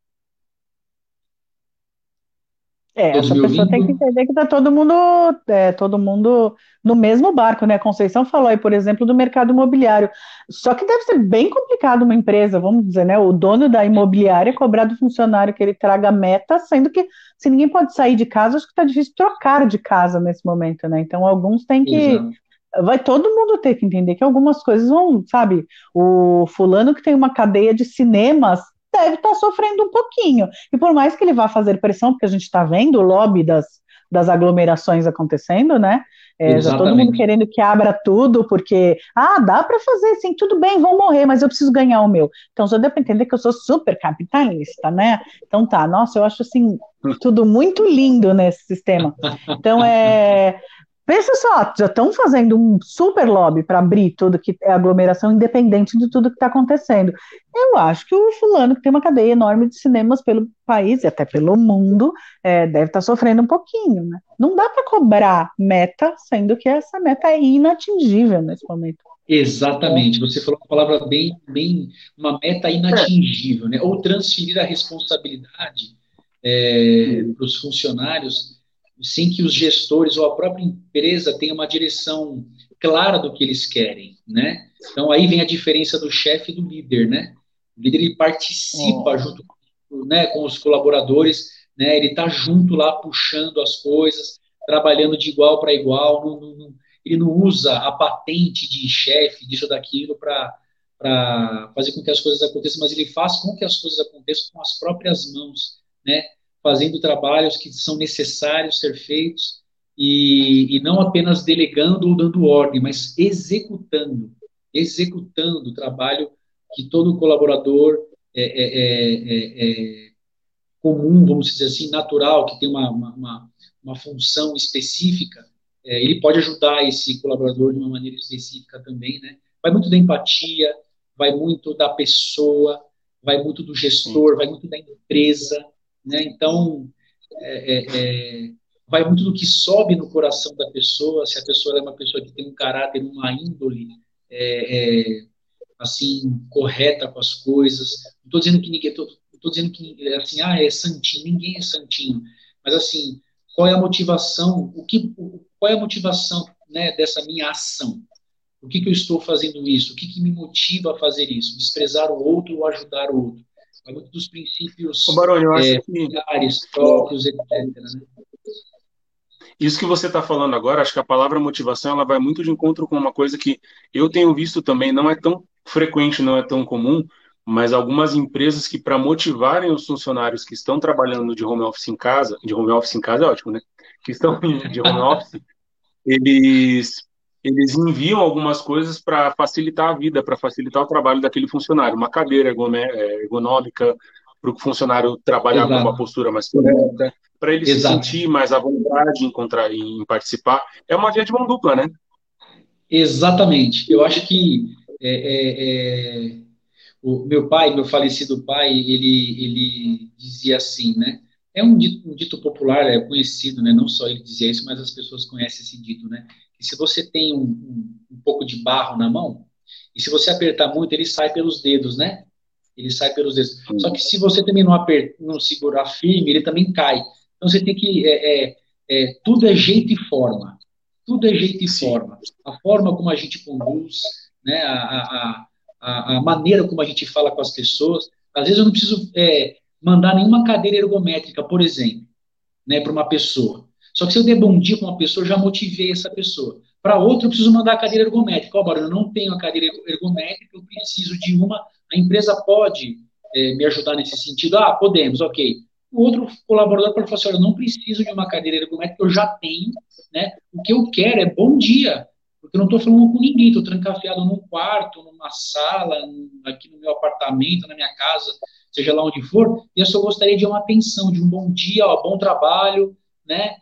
Todos Essa me pessoa tem que ouvindo? entender que está todo mundo no mesmo barco, né? A Conceição falou aí, por exemplo, do mercado imobiliário. Só que deve ser bem complicado uma empresa, vamos dizer, né? O dono da imobiliária cobrar do funcionário que ele traga meta, sendo que se ninguém pode sair de casa, acho que está difícil trocar de casa nesse momento, né? Então, alguns têm que. Exato. Vai todo mundo ter que entender que algumas coisas vão, sabe? O fulano que tem uma cadeia de cinemas deve estar sofrendo um pouquinho. E por mais que ele vá fazer pressão, porque a gente está vendo o lobby das aglomerações acontecendo, né? Já todo mundo Exatamente. querendo que abra tudo, porque, dá para fazer, sim, tudo bem, vão morrer, mas eu preciso ganhar o meu. Então, já deu para entender que eu sou super capitalista, né? Então, tá, nossa, eu acho, assim, tudo muito lindo nesse sistema. Então, pensa só, já estão fazendo um super lobby para abrir tudo que é aglomeração, independente de tudo que está acontecendo. Eu acho que o fulano, que tem uma cadeia enorme de cinemas pelo país e até pelo mundo, deve estar sofrendo um pouquinho, né? Não dá para cobrar meta, sendo que essa meta é inatingível nesse momento. Exatamente. Você falou uma palavra uma meta É, inatingível, né? Ou transferir a responsabilidade para os funcionários sem que os gestores ou a própria empresa tenham uma direção clara do que eles querem, né? Então aí vem a diferença do chefe e do líder, né? O líder ele participa Oh. junto, né, com os colaboradores, né? Ele está junto lá puxando as coisas, trabalhando de igual para igual, ele não usa a patente de chefe, disso ou daquilo, para fazer com que as coisas aconteçam, mas ele faz com que as coisas aconteçam com as próprias mãos, né? Fazendo trabalhos que são necessários ser feitos e não apenas delegando ou dando ordem, mas executando o trabalho que todo colaborador comum, vamos dizer assim, natural, que tem uma função específica, ele pode ajudar esse colaborador de uma maneira específica também, né? Vai muito da empatia, vai muito da pessoa, vai muito do sim. gestor, vai muito da empresa, né? Então, é, é, vai muito do que sobe no coração da pessoa, se a pessoa é uma pessoa que tem um caráter, uma índole, é, é, assim, correta com as coisas. Não estou dizendo que ninguém, estou dizendo que assim, é santinho, ninguém é santinho. Mas assim, qual é a motivação? Qual é a motivação, né, dessa minha ação? Por que eu estou fazendo isso? O que me motiva a fazer isso? Desprezar o outro ou ajudar o outro? É muito dos Ô, princípios Baroni, eu acho que familiares próprios, etc. Né? isso que você está falando agora, acho que a palavra motivação ela vai muito de encontro com uma coisa que eu tenho visto também, não é tão frequente, não é tão comum, mas algumas empresas que para motivarem os funcionários que estão trabalhando de home office em casa é ótimo, né? Que estão de home office, eles eles enviam algumas coisas para facilitar a vida, para facilitar o trabalho daquele funcionário, uma cadeira ergonômica para o funcionário trabalhar com uma Exato, postura mais correta, para ele se exato, sentir mais à vontade em participar. É uma via de mão dupla, né? exatamente. Eu acho que o meu falecido pai, ele dizia assim, né? É um dito popular, é conhecido, né? Não só ele dizia isso, mas as pessoas conhecem esse dito, né? Que se você tem um pouco de barro na mão, e se você apertar muito, ele sai pelos dedos, né? Ele sai pelos dedos. Só que se você também não segurar firme, ele também cai. Então você tem que tudo é jeito e forma. Tudo é jeito e Sim. forma. A forma como a gente conduz, né, a maneira como a gente fala com as pessoas. Às vezes eu não preciso mandar nenhuma cadeira ergométrica, por exemplo, né, para uma pessoa. Só que se eu der bom dia para uma pessoa, eu já motivei essa pessoa. Para outra, eu preciso mandar a cadeira ergométrica. Eu não tenho a cadeira ergométrica, eu preciso de uma. A empresa pode me ajudar nesse sentido? Ah, podemos, ok. O outro colaborador pode falar assim, olha, eu não preciso de uma cadeira ergométrica, eu já tenho, né? O que eu quero é bom dia, porque eu não estou falando com ninguém, estou trancafiado num quarto, numa sala, aqui no meu apartamento, na minha casa, seja lá onde for, e eu só gostaria de uma atenção, de um bom dia, ó, bom trabalho, né?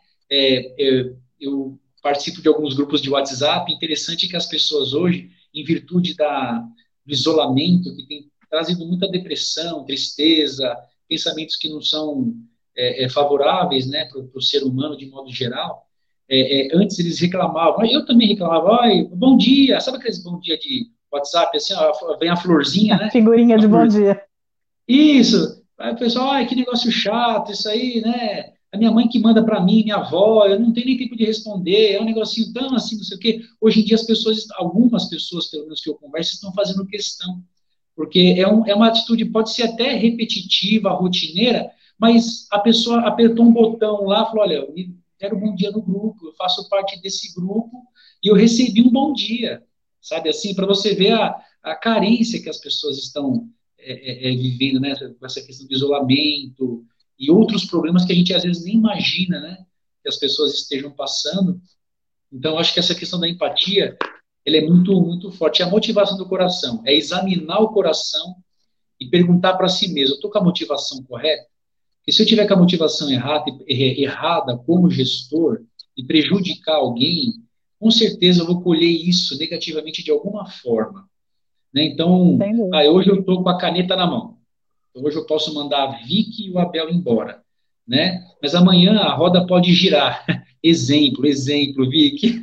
Eu participo de alguns grupos de WhatsApp, interessante que as pessoas hoje, em virtude do isolamento, que tem trazido muita depressão, tristeza, pensamentos que não são favoráveis, né, para o ser humano de modo geral, antes eles reclamavam, eu também reclamava, bom dia, sabe aqueles bom dia de WhatsApp, assim, ó, vem a florzinha, né? Figurinha de bom dia. Isso, aí o pessoal, que negócio chato, isso aí, né? A minha mãe que manda para mim, minha avó, eu não tenho nem tempo de responder, é um negocinho tão assim, não sei o quê. Hoje em dia algumas pessoas, pelo menos que eu converso, estão fazendo questão, porque é uma atitude, pode ser até repetitiva, rotineira, mas a pessoa apertou um botão lá, falou, olha, eu quero um bom dia no grupo, eu faço parte desse grupo e eu recebi um bom dia, sabe assim, para você ver a carência que as pessoas estão vivendo, né, com essa questão do isolamento e outros problemas que a gente às vezes nem imagina, né, que as pessoas estejam passando. Então, acho que essa questão da empatia, ela é muito, muito forte. A motivação do coração é examinar o coração e perguntar para si mesmo, estou com a motivação correta? Porque se eu tiver com a motivação errada como gestor e prejudicar alguém, com certeza eu vou colher isso negativamente de alguma forma. Né? Então, hoje eu estou com a caneta na mão. Então, hoje eu posso mandar a Vicky e o Abel embora. Né? Mas amanhã a roda pode girar. Exemplo, Vicky.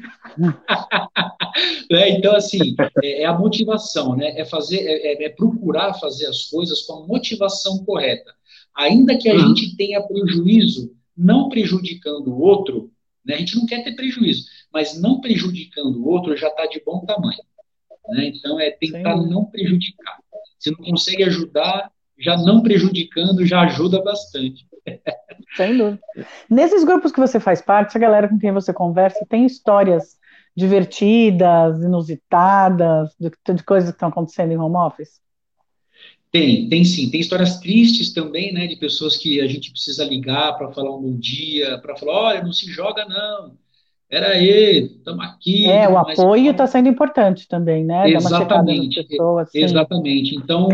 Então, assim, é a motivação, né? É procurar fazer as coisas com a motivação correta. Ainda que a gente tenha prejuízo, não prejudicando o outro, né? A gente não quer ter prejuízo, mas não prejudicando o outro já está de bom tamanho. Né? Então, é tentar não prejudicar. Se não consegue ajudar, já não prejudicando, já ajuda bastante. Sem dúvida. Nesses grupos que você faz parte, a galera com quem você conversa tem histórias divertidas, inusitadas, de coisas que estão acontecendo em home office? Tem sim. Tem histórias tristes também, né, de pessoas que a gente precisa ligar para falar um bom dia, para falar, olha, não se joga não, pera aí, estamos aqui. O apoio está sendo importante também, né? Exatamente, exatamente. Então,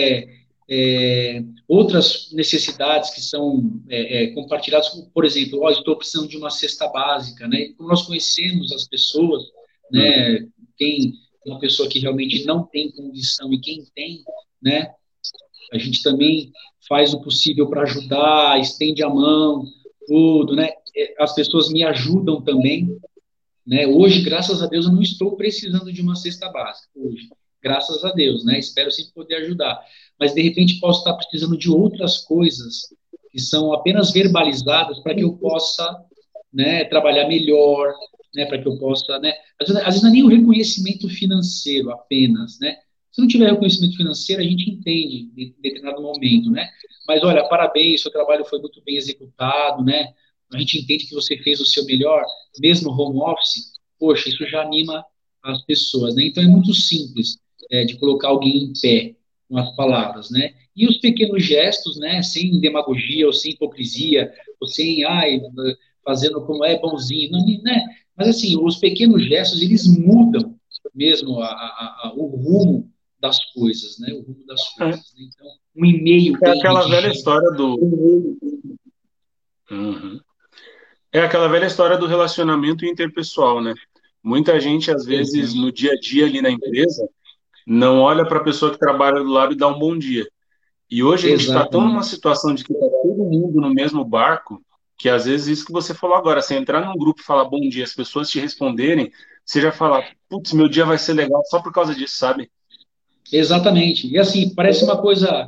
outras necessidades que são compartilhadas, como, por exemplo, estou precisando de uma cesta básica, né? Como nós conhecemos as pessoas, né? Uma pessoa que realmente não tem condição e quem tem, né? A gente também faz o possível para ajudar, estende a mão, tudo, né? As pessoas me ajudam também, né? Hoje, graças a Deus, eu não estou precisando de uma cesta básica, hoje, graças a Deus, né? Espero sempre poder ajudar. Mas, de repente, posso estar precisando de outras coisas que são apenas verbalizadas para que eu possa, né, trabalhar melhor, né, para que eu possa, né? Às vezes não é nem o reconhecimento financeiro apenas, né? Se não tiver reconhecimento financeiro, a gente entende em determinado momento, né? Mas, olha, parabéns, seu trabalho foi muito bem executado, né? A gente entende que você fez o seu melhor, mesmo home office, poxa, isso já anima as pessoas, né? Então é muito simples de colocar alguém em pé com as palavras, né? E os pequenos gestos, né? Sem demagogia ou sem hipocrisia, ou sem, fazendo como é bonzinho, não, né? Mas assim, os pequenos gestos, eles mudam mesmo o rumo das coisas, né? O rumo das coisas. Né? Então, um e-mail é aquela velha história do É aquela velha história do relacionamento interpessoal, né? Muita gente, às vezes, no dia a dia ali na empresa, não olha para a pessoa que trabalha do lado e dá um bom dia. E hoje a gente está tão numa situação de que está todo mundo no mesmo barco, que às vezes isso que você falou agora, você entrar num grupo e falar bom dia, as pessoas te responderem, você já fala, putz, meu dia vai ser legal só por causa disso, sabe? Exatamente. E assim, parece uma coisa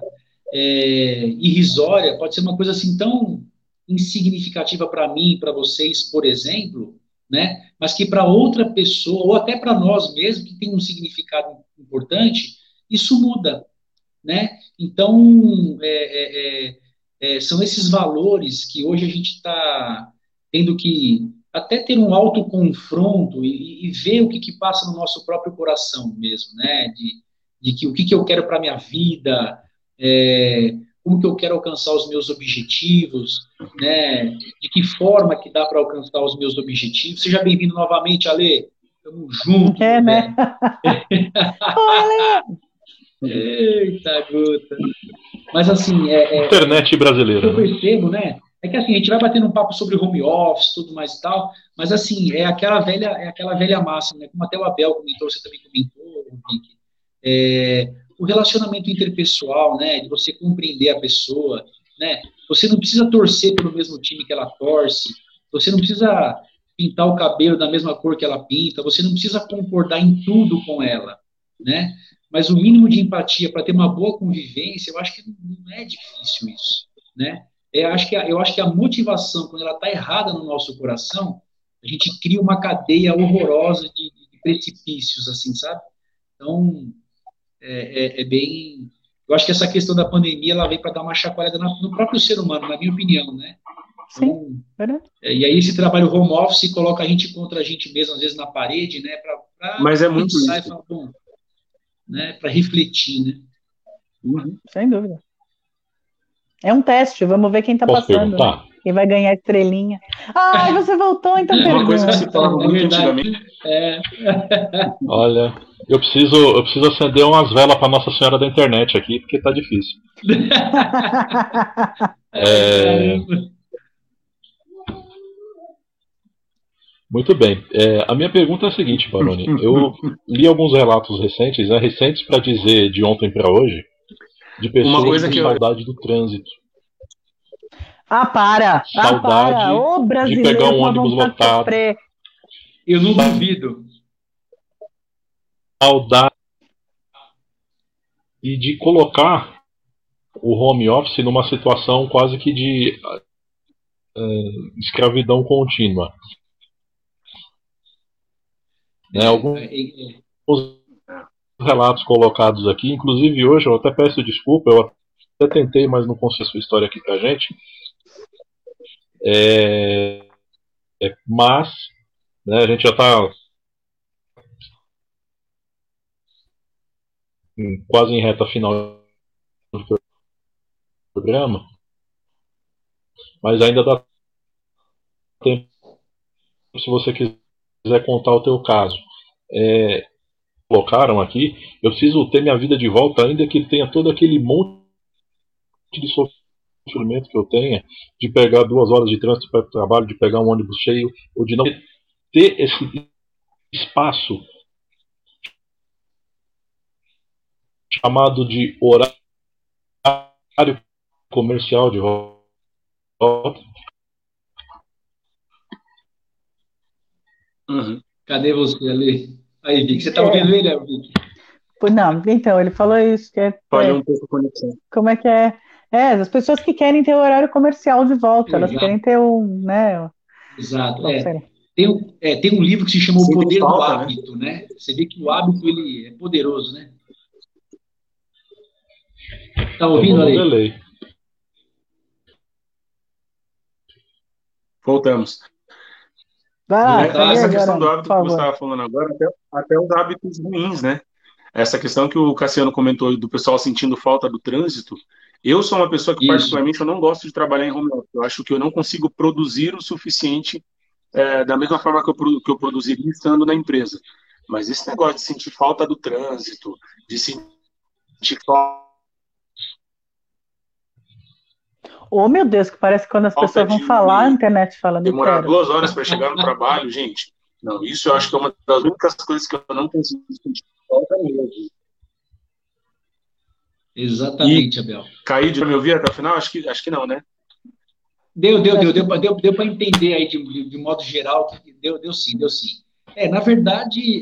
irrisória, pode ser uma coisa assim tão insignificativa para mim e para vocês, por exemplo, né? Mas que para outra pessoa, ou até para nós mesmos, que tem um significado importante, isso muda, né? Então, são esses valores que hoje a gente está tendo que até ter um autoconfronto e ver o que passa no nosso próprio coração mesmo, né? De que o que eu quero para minha vida, como que eu quero alcançar os meus objetivos, né? De que forma que dá para alcançar os meus objetivos. Seja bem-vindo novamente, Ale. Tamo junto, né? Eita, gota. Mas assim, internet brasileira. O que eu percebo, né? É que assim, a gente vai batendo um papo sobre home office, tudo mais e tal, mas assim, é aquela velha massa, né? Como até o Abel comentou, você também comentou, Vic, o relacionamento interpessoal, né? De você compreender a pessoa, né? Você não precisa torcer pelo mesmo time que ela torce, você não precisa pintar o cabelo da mesma cor que ela pinta, você não precisa concordar em tudo com ela, né? Mas o mínimo de empatia para ter uma boa convivência, eu acho que não é difícil isso, né? Eu acho que a motivação, quando ela está errada no nosso coração, a gente cria uma cadeia horrorosa de precipícios, assim, sabe? Então, bem... Eu acho que essa questão da pandemia, ela veio para dar uma chacoalhada no próprio ser humano, na minha opinião, né? Então, sim, e aí esse trabalho home office coloca a gente contra a gente mesmo, às vezes na parede, né? Mas é muito pensar isso. E falar, bom, né? Para refletir, né? Uhum. Sem dúvida. É um teste, vamos ver quem está passando. Né? Quem vai ganhar estrelinha. Ah, você voltou, então pergunta. Uma coisa que se falava muito antigamente. Olha, eu preciso acender umas velas para Nossa Senhora da Internet aqui, porque tá difícil. Muito bem. A minha pergunta é a seguinte, Baroni. Eu li alguns relatos recentes para dizer de ontem para hoje, de pessoas com saudade do trânsito. Saudade Ô, de pegar um ônibus lotado. Eu não duvido. Saudade e de colocar o home office numa situação quase que de escravidão contínua. Né, alguns relatos colocados aqui, inclusive hoje, eu até peço desculpa, eu até tentei, mas não consegui a sua história aqui pra gente. Mas, né, a gente já está quase em reta final do programa, mas ainda dá tempo se você quiser contar o teu caso. Colocaram aqui, eu preciso ter minha vida de volta, ainda que tenha todo aquele monte de sofrimento que eu tenha, de pegar 2 horas de trânsito para o trabalho, de pegar um ônibus cheio, ou de não ter esse espaço chamado de horário comercial de volta. Uhum. Cadê você ali? Aí, Vic, você tá ouvindo ele, Vic? Não, então, ele falou isso. Falhou um pouco a conexão. Como é que é? As pessoas que querem ter o horário comercial de volta, elas querem ter né? Exato. Tem um livro que se chama O Poder do Hábito, né? Você vê que o hábito, ele é poderoso, né? Tá ouvindo, Ale? Voltamos. Essa questão do hábito que você estava falando agora, até os hábitos ruins, né? Essa questão que o Cassiano comentou do pessoal sentindo falta do trânsito. Eu sou uma pessoa que, particularmente, eu não gosto de trabalhar em home office. Eu acho que eu não consigo produzir o suficiente da mesma forma que eu produziria estando na empresa. Mas esse negócio de sentir falta do trânsito, de sentir falta... Oh, meu Deus, que parece que quando as pessoas vão falar, a internet fala. Demorar 2 horas para chegar no trabalho, gente. Não, isso eu acho que é uma das únicas coisas que eu não consigo sentir falta mesmo. Exatamente, Abel. Caí de me ouvir até o final? Acho que não, né? Deu para entender aí de modo geral. Deu sim. Na verdade,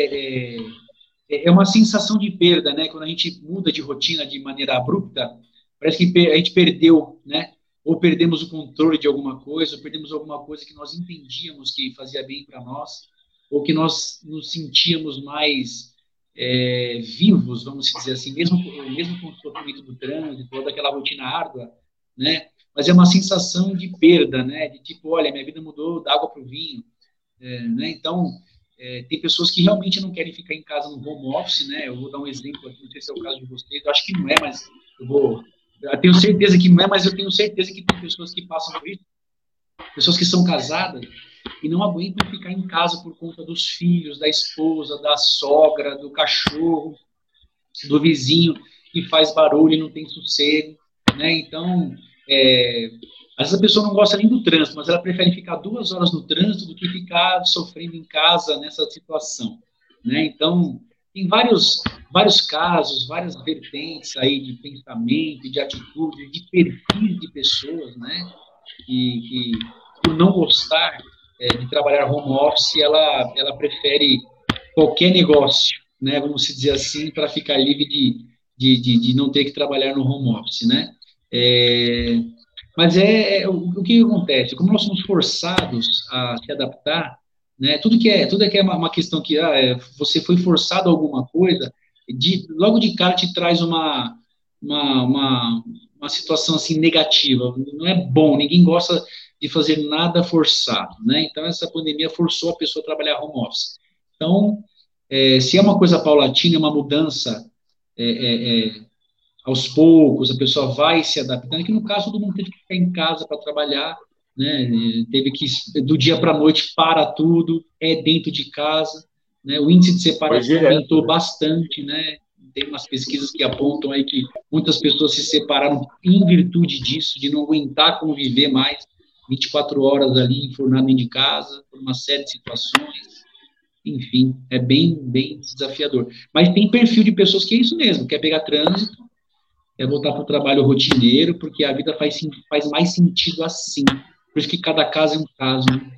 é uma sensação de perda, né? Quando a gente muda de rotina de maneira abrupta, parece que a gente perdeu, né? ou perdemos o controle de alguma coisa, ou perdemos alguma coisa que nós entendíamos que fazia bem para nós, ou que nós nos sentíamos mais vivos, vamos dizer assim, mesmo com o sofrimento do trânsito, toda aquela rotina árdua, né? Mas é uma sensação de perda, né? De tipo, olha, minha vida mudou da água para o vinho, né? Então, tem pessoas que realmente não querem ficar em casa no home office, né? Eu vou dar um exemplo aqui, não sei se é o caso de vocês, eu acho que não é, mas eu tenho certeza que não é, mas eu tenho certeza que tem pessoas que passam por isso, pessoas que são casadas e não aguentam ficar em casa por conta dos filhos, da esposa, da sogra, do cachorro, do vizinho que faz barulho e não tem sossego, né? Então, às vezes a pessoa não gosta nem do trânsito, mas ela prefere ficar 2 horas no trânsito do que ficar sofrendo em casa nessa situação, né? Então, tem vários casos, várias vertentes aí de pensamento, de atitude, de perfis de pessoas, né? Que por não gostar de trabalhar home office, ela prefere qualquer negócio, né? Vamos dizer assim, para ficar livre de não ter que trabalhar no home office, né? Mas o que acontece? Como nós somos forçados a se adaptar, né? Tudo que é uma questão que você foi forçado a alguma coisa, logo de cara te traz uma situação assim negativa. Não é bom, ninguém gosta de fazer nada forçado, né? Então essa pandemia forçou a pessoa a trabalhar home office. Então, se é uma coisa paulatina, é uma mudança aos poucos, a pessoa vai se adaptando, que no caso todo mundo teve que ficar em casa para trabalhar, né? Teve que, do dia para a noite, para tudo, dentro de casa, né? O índice de separação aumentou bastante, né? Tem umas pesquisas que apontam aí que muitas pessoas se separaram em virtude disso, de não aguentar conviver mais 24 horas ali enfurnado dentro de casa, por uma série de situações. Enfim, é bem, bem desafiador. Mas tem perfil de pessoas que é isso mesmo, quer pegar trânsito, voltar para o trabalho rotineiro, porque a vida faz mais sentido assim. Por isso que cada caso é um caso, né?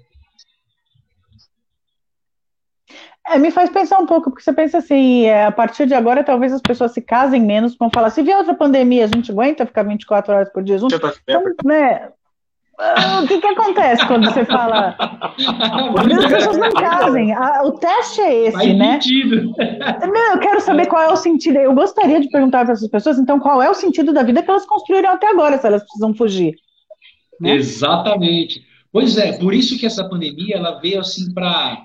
Me faz pensar um pouco, porque você pensa assim, a partir de agora talvez as pessoas se casem menos, vão falar, se vier outra pandemia, a gente aguenta ficar 24 horas por dia junto? Então, né, o que acontece quando você fala? Talvez as pessoas não casem. O teste é esse, faz né? Sentido. Eu quero saber qual é o sentido. Eu gostaria de perguntar para essas pessoas, então, qual é o sentido da vida que elas construíram até agora, se elas precisam fugir. Né? Exatamente. Pois é, por isso que essa pandemia ela veio assim para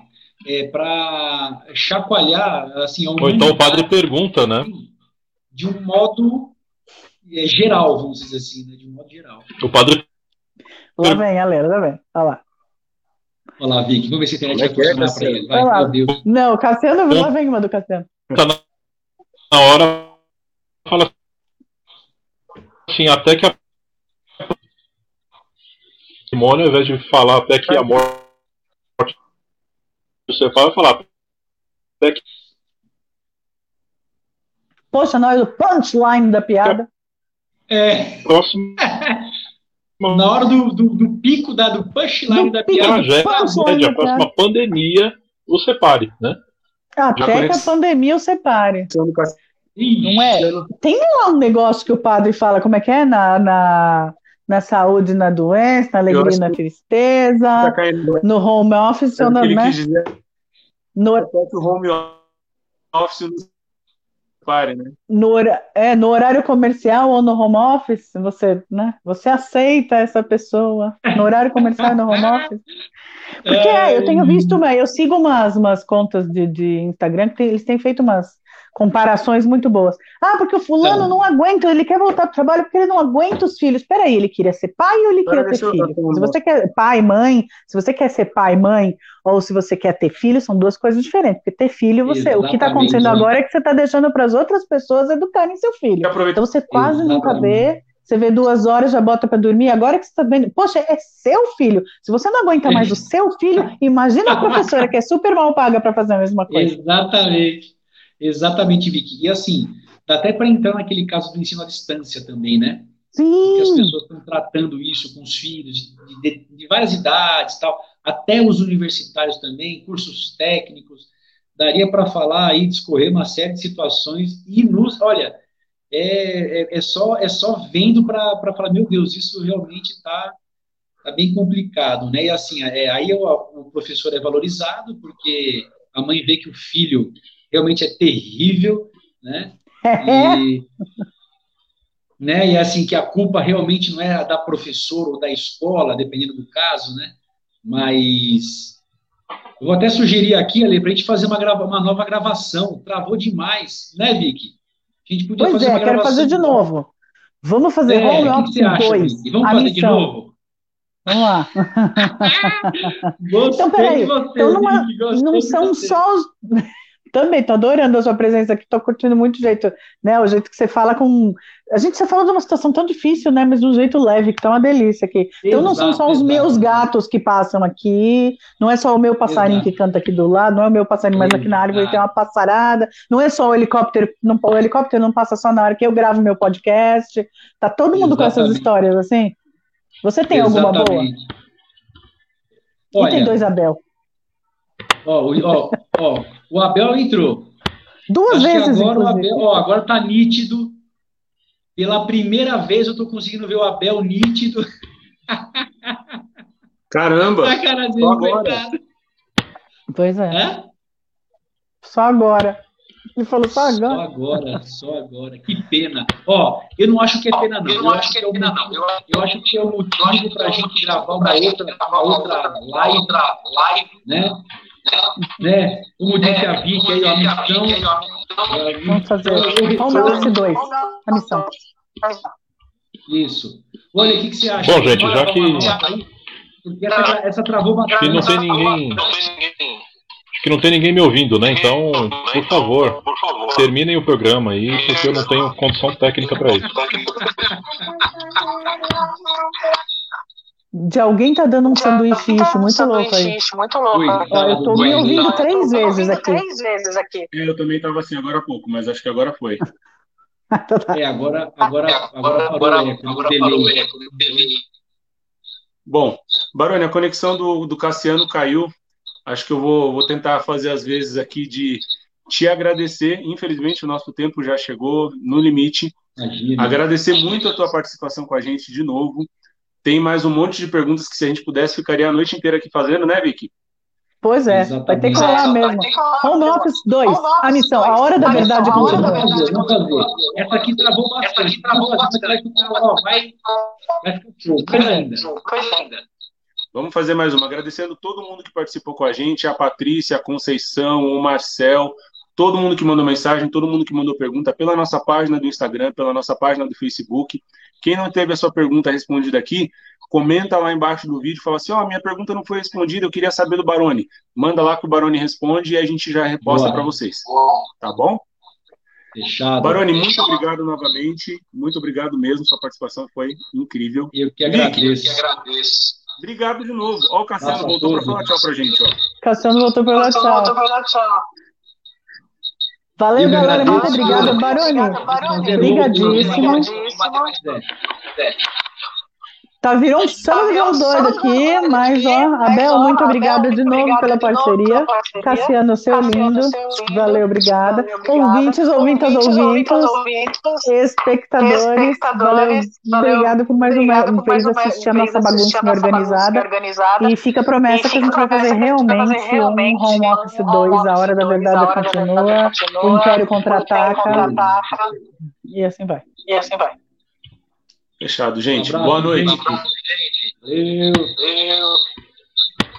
chacoalhar assim. Ou então o padre pergunta, né? De um modo geral, vamos dizer assim, né? De um modo geral. O padre. Lá vem, galera, lá vem. Olha lá. Olha lá, Vicky, vamos ver se a internet vai funcionar para ele. Vai, meu Deus. Não, Cassiano, lá vem uma do Cassiano. Tá na hora, fala assim, até que a demônio, ao invés de falar até que a morte você vai falar até que... Poxa, nós o punchline da piada. Próximo. Na hora do pico do punchline da piada. A próxima pandemia o separe, né? Até que a pandemia o separe. Não é? Tem lá um negócio que o padre fala, como é que é? Na saúde, na doença, na alegria e na tristeza, no home office, ou não, né? No home office não separe, né? No horário comercial ou no home office, você aceita essa pessoa no horário comercial e no home office? Porque eu tenho visto, eu sigo umas contas de Instagram que eles têm feito umas comparações muito boas. Porque o fulano não aguenta, ele quer voltar para o trabalho porque ele não aguenta os filhos. Espera aí, ele queria ser pai ou ele queria ter filho? Se você quer pai, mãe, se você quer ser pai, mãe, ou se você quer ter filho, são duas coisas diferentes. Porque ter filho, o que está acontecendo agora é que você está deixando para as outras pessoas educarem seu filho. Então você quase nunca vê. Você vê 2 horas, já bota para dormir, agora que você está vendo, poxa, é seu filho. Se você não aguenta mais o seu filho, imagina a professora que é super mal paga para fazer a mesma coisa. Exatamente, Vicky. E assim, dá até para entrar naquele caso do ensino à distância também, né? Sim. Porque as pessoas estão tratando isso com os filhos de várias idades, tal, até os universitários também, cursos técnicos. Daria para falar aí, discorrer uma série de situações e olha, é só vendo para falar, meu Deus, isso realmente está bem complicado, né? E assim, aí o professor é valorizado porque a mãe vê que o filho realmente é terrível, né? E, né? E assim, que a culpa realmente não é da professora ou da escola, dependendo do caso, né? Mas eu vou até sugerir aqui, Ale, para a gente fazer uma nova gravação. Travou demais, né, Vicky? A gente podia Pois fazer é, uma quero fazer gravação. de novo. Vamos fazer Home O que você Office acha, 2, Vicky? Vamos a fazer de missão. novo? Vamos lá. Então, Gostei de peraí. Então, você, Vicky. não Gostei de são você. só os. Também, tô adorando a sua presença aqui, tô curtindo muito o jeito, né? O jeito que você fala com. Você fala de uma situação tão difícil, né? Mas de um jeito leve, que tá uma delícia aqui. Então não são só Exato, os meus exato, gatos que passam aqui, não é só o meu passarinho que exato, canta aqui do lado, não é o meu passarinho, mas aqui na árvore tem exato. uma passarada, não é só o helicóptero, o helicóptero não passa só na hora que eu gravo meu podcast. Tá todo mundo com essas Exatamente. histórias, assim? Você tem alguma boa? Exatamente. E tem Olha, dois Abel. o Abel entrou. Duas Acho que vezes, agora o inclusive. Abel, agora tá nítido. Pela primeira vez eu estou conseguindo ver o Abel nítido. Caramba! A cara Só dele, agora. coitado. Pois é. Hã? Só agora. Ele falou só Só agora. agora, só agora. Que pena. Eu não acho que é pena, não. Eu acho que é o motivo, eu acho que é o motivo para a gente gravar uma outra live, né? Como disse a Vicky aí, a missão. Vamos fazer Home Office 2, a missão. Isso. Olha, o que você acha? Bom, gente, já que porque essa travou bastante. que não tem ninguém, acho que não tem ninguém me ouvindo, né? Então, por favor, terminem o programa aí, porque eu não tenho condição técnica para isso. De alguém tá dando um sanduíche muito louco aí. Ó, eu tô me ouvindo 3 vezes aqui. Eu também estava assim agora há pouco, mas acho que agora foi. Agora parou o eco. Bom, Baroni, a conexão do Cassiano caiu. Acho que eu vou tentar fazer as vezes aqui de te agradecer. Infelizmente, o nosso tempo já chegou no limite. Imagina. Agradecer muito a tua participação com a gente de novo. Tem mais um monte de perguntas que, se a gente pudesse, ficaria a noite inteira aqui fazendo, né, Vicky? Pois é, Exatamente. vai ter que rolar mesmo. Home Office 2, a missão, a hora da verdade continua. Vamos fazer. Essa aqui travou bastante. Vai ficar show. Coisa ainda. Vamos fazer mais uma. Agradecendo todo mundo que participou com a gente, a Patrícia, a Conceição, o Marcel, todo mundo que mandou mensagem, todo mundo que mandou pergunta pela nossa página do Instagram, pela nossa página do Facebook. Quem não teve a sua pergunta respondida aqui, comenta lá embaixo do vídeo, fala assim, minha pergunta não foi respondida, eu queria saber do Baroni. Manda lá que o Baroni responde e a gente já reposta para vocês. Tá bom? Fechado. Baroni, muito obrigado novamente. Muito obrigado mesmo, sua participação foi incrível. Eu que agradeço. Obrigado de novo. Ó, o Cassiano voltou para falar tchau pra gente. Cassiano voltou para falar tchau. Valeu, galera. Muito obrigada, Baroni. Obrigadíssimo. Virou um samba doido aqui, mas Abel, muito obrigada de novo pela parceria. Cassiano, seu lindo, valeu, obrigada. Ouvintes, espectadores, valeu, obrigado por mais uma vez assistir a nossa bagunça organizada. E fica a promessa que a gente vai fazer realmente um Home Office 2, a hora da verdade continua, o Império contra-ataca, e assim vai. Fechado, gente. Boa noite. Valeu.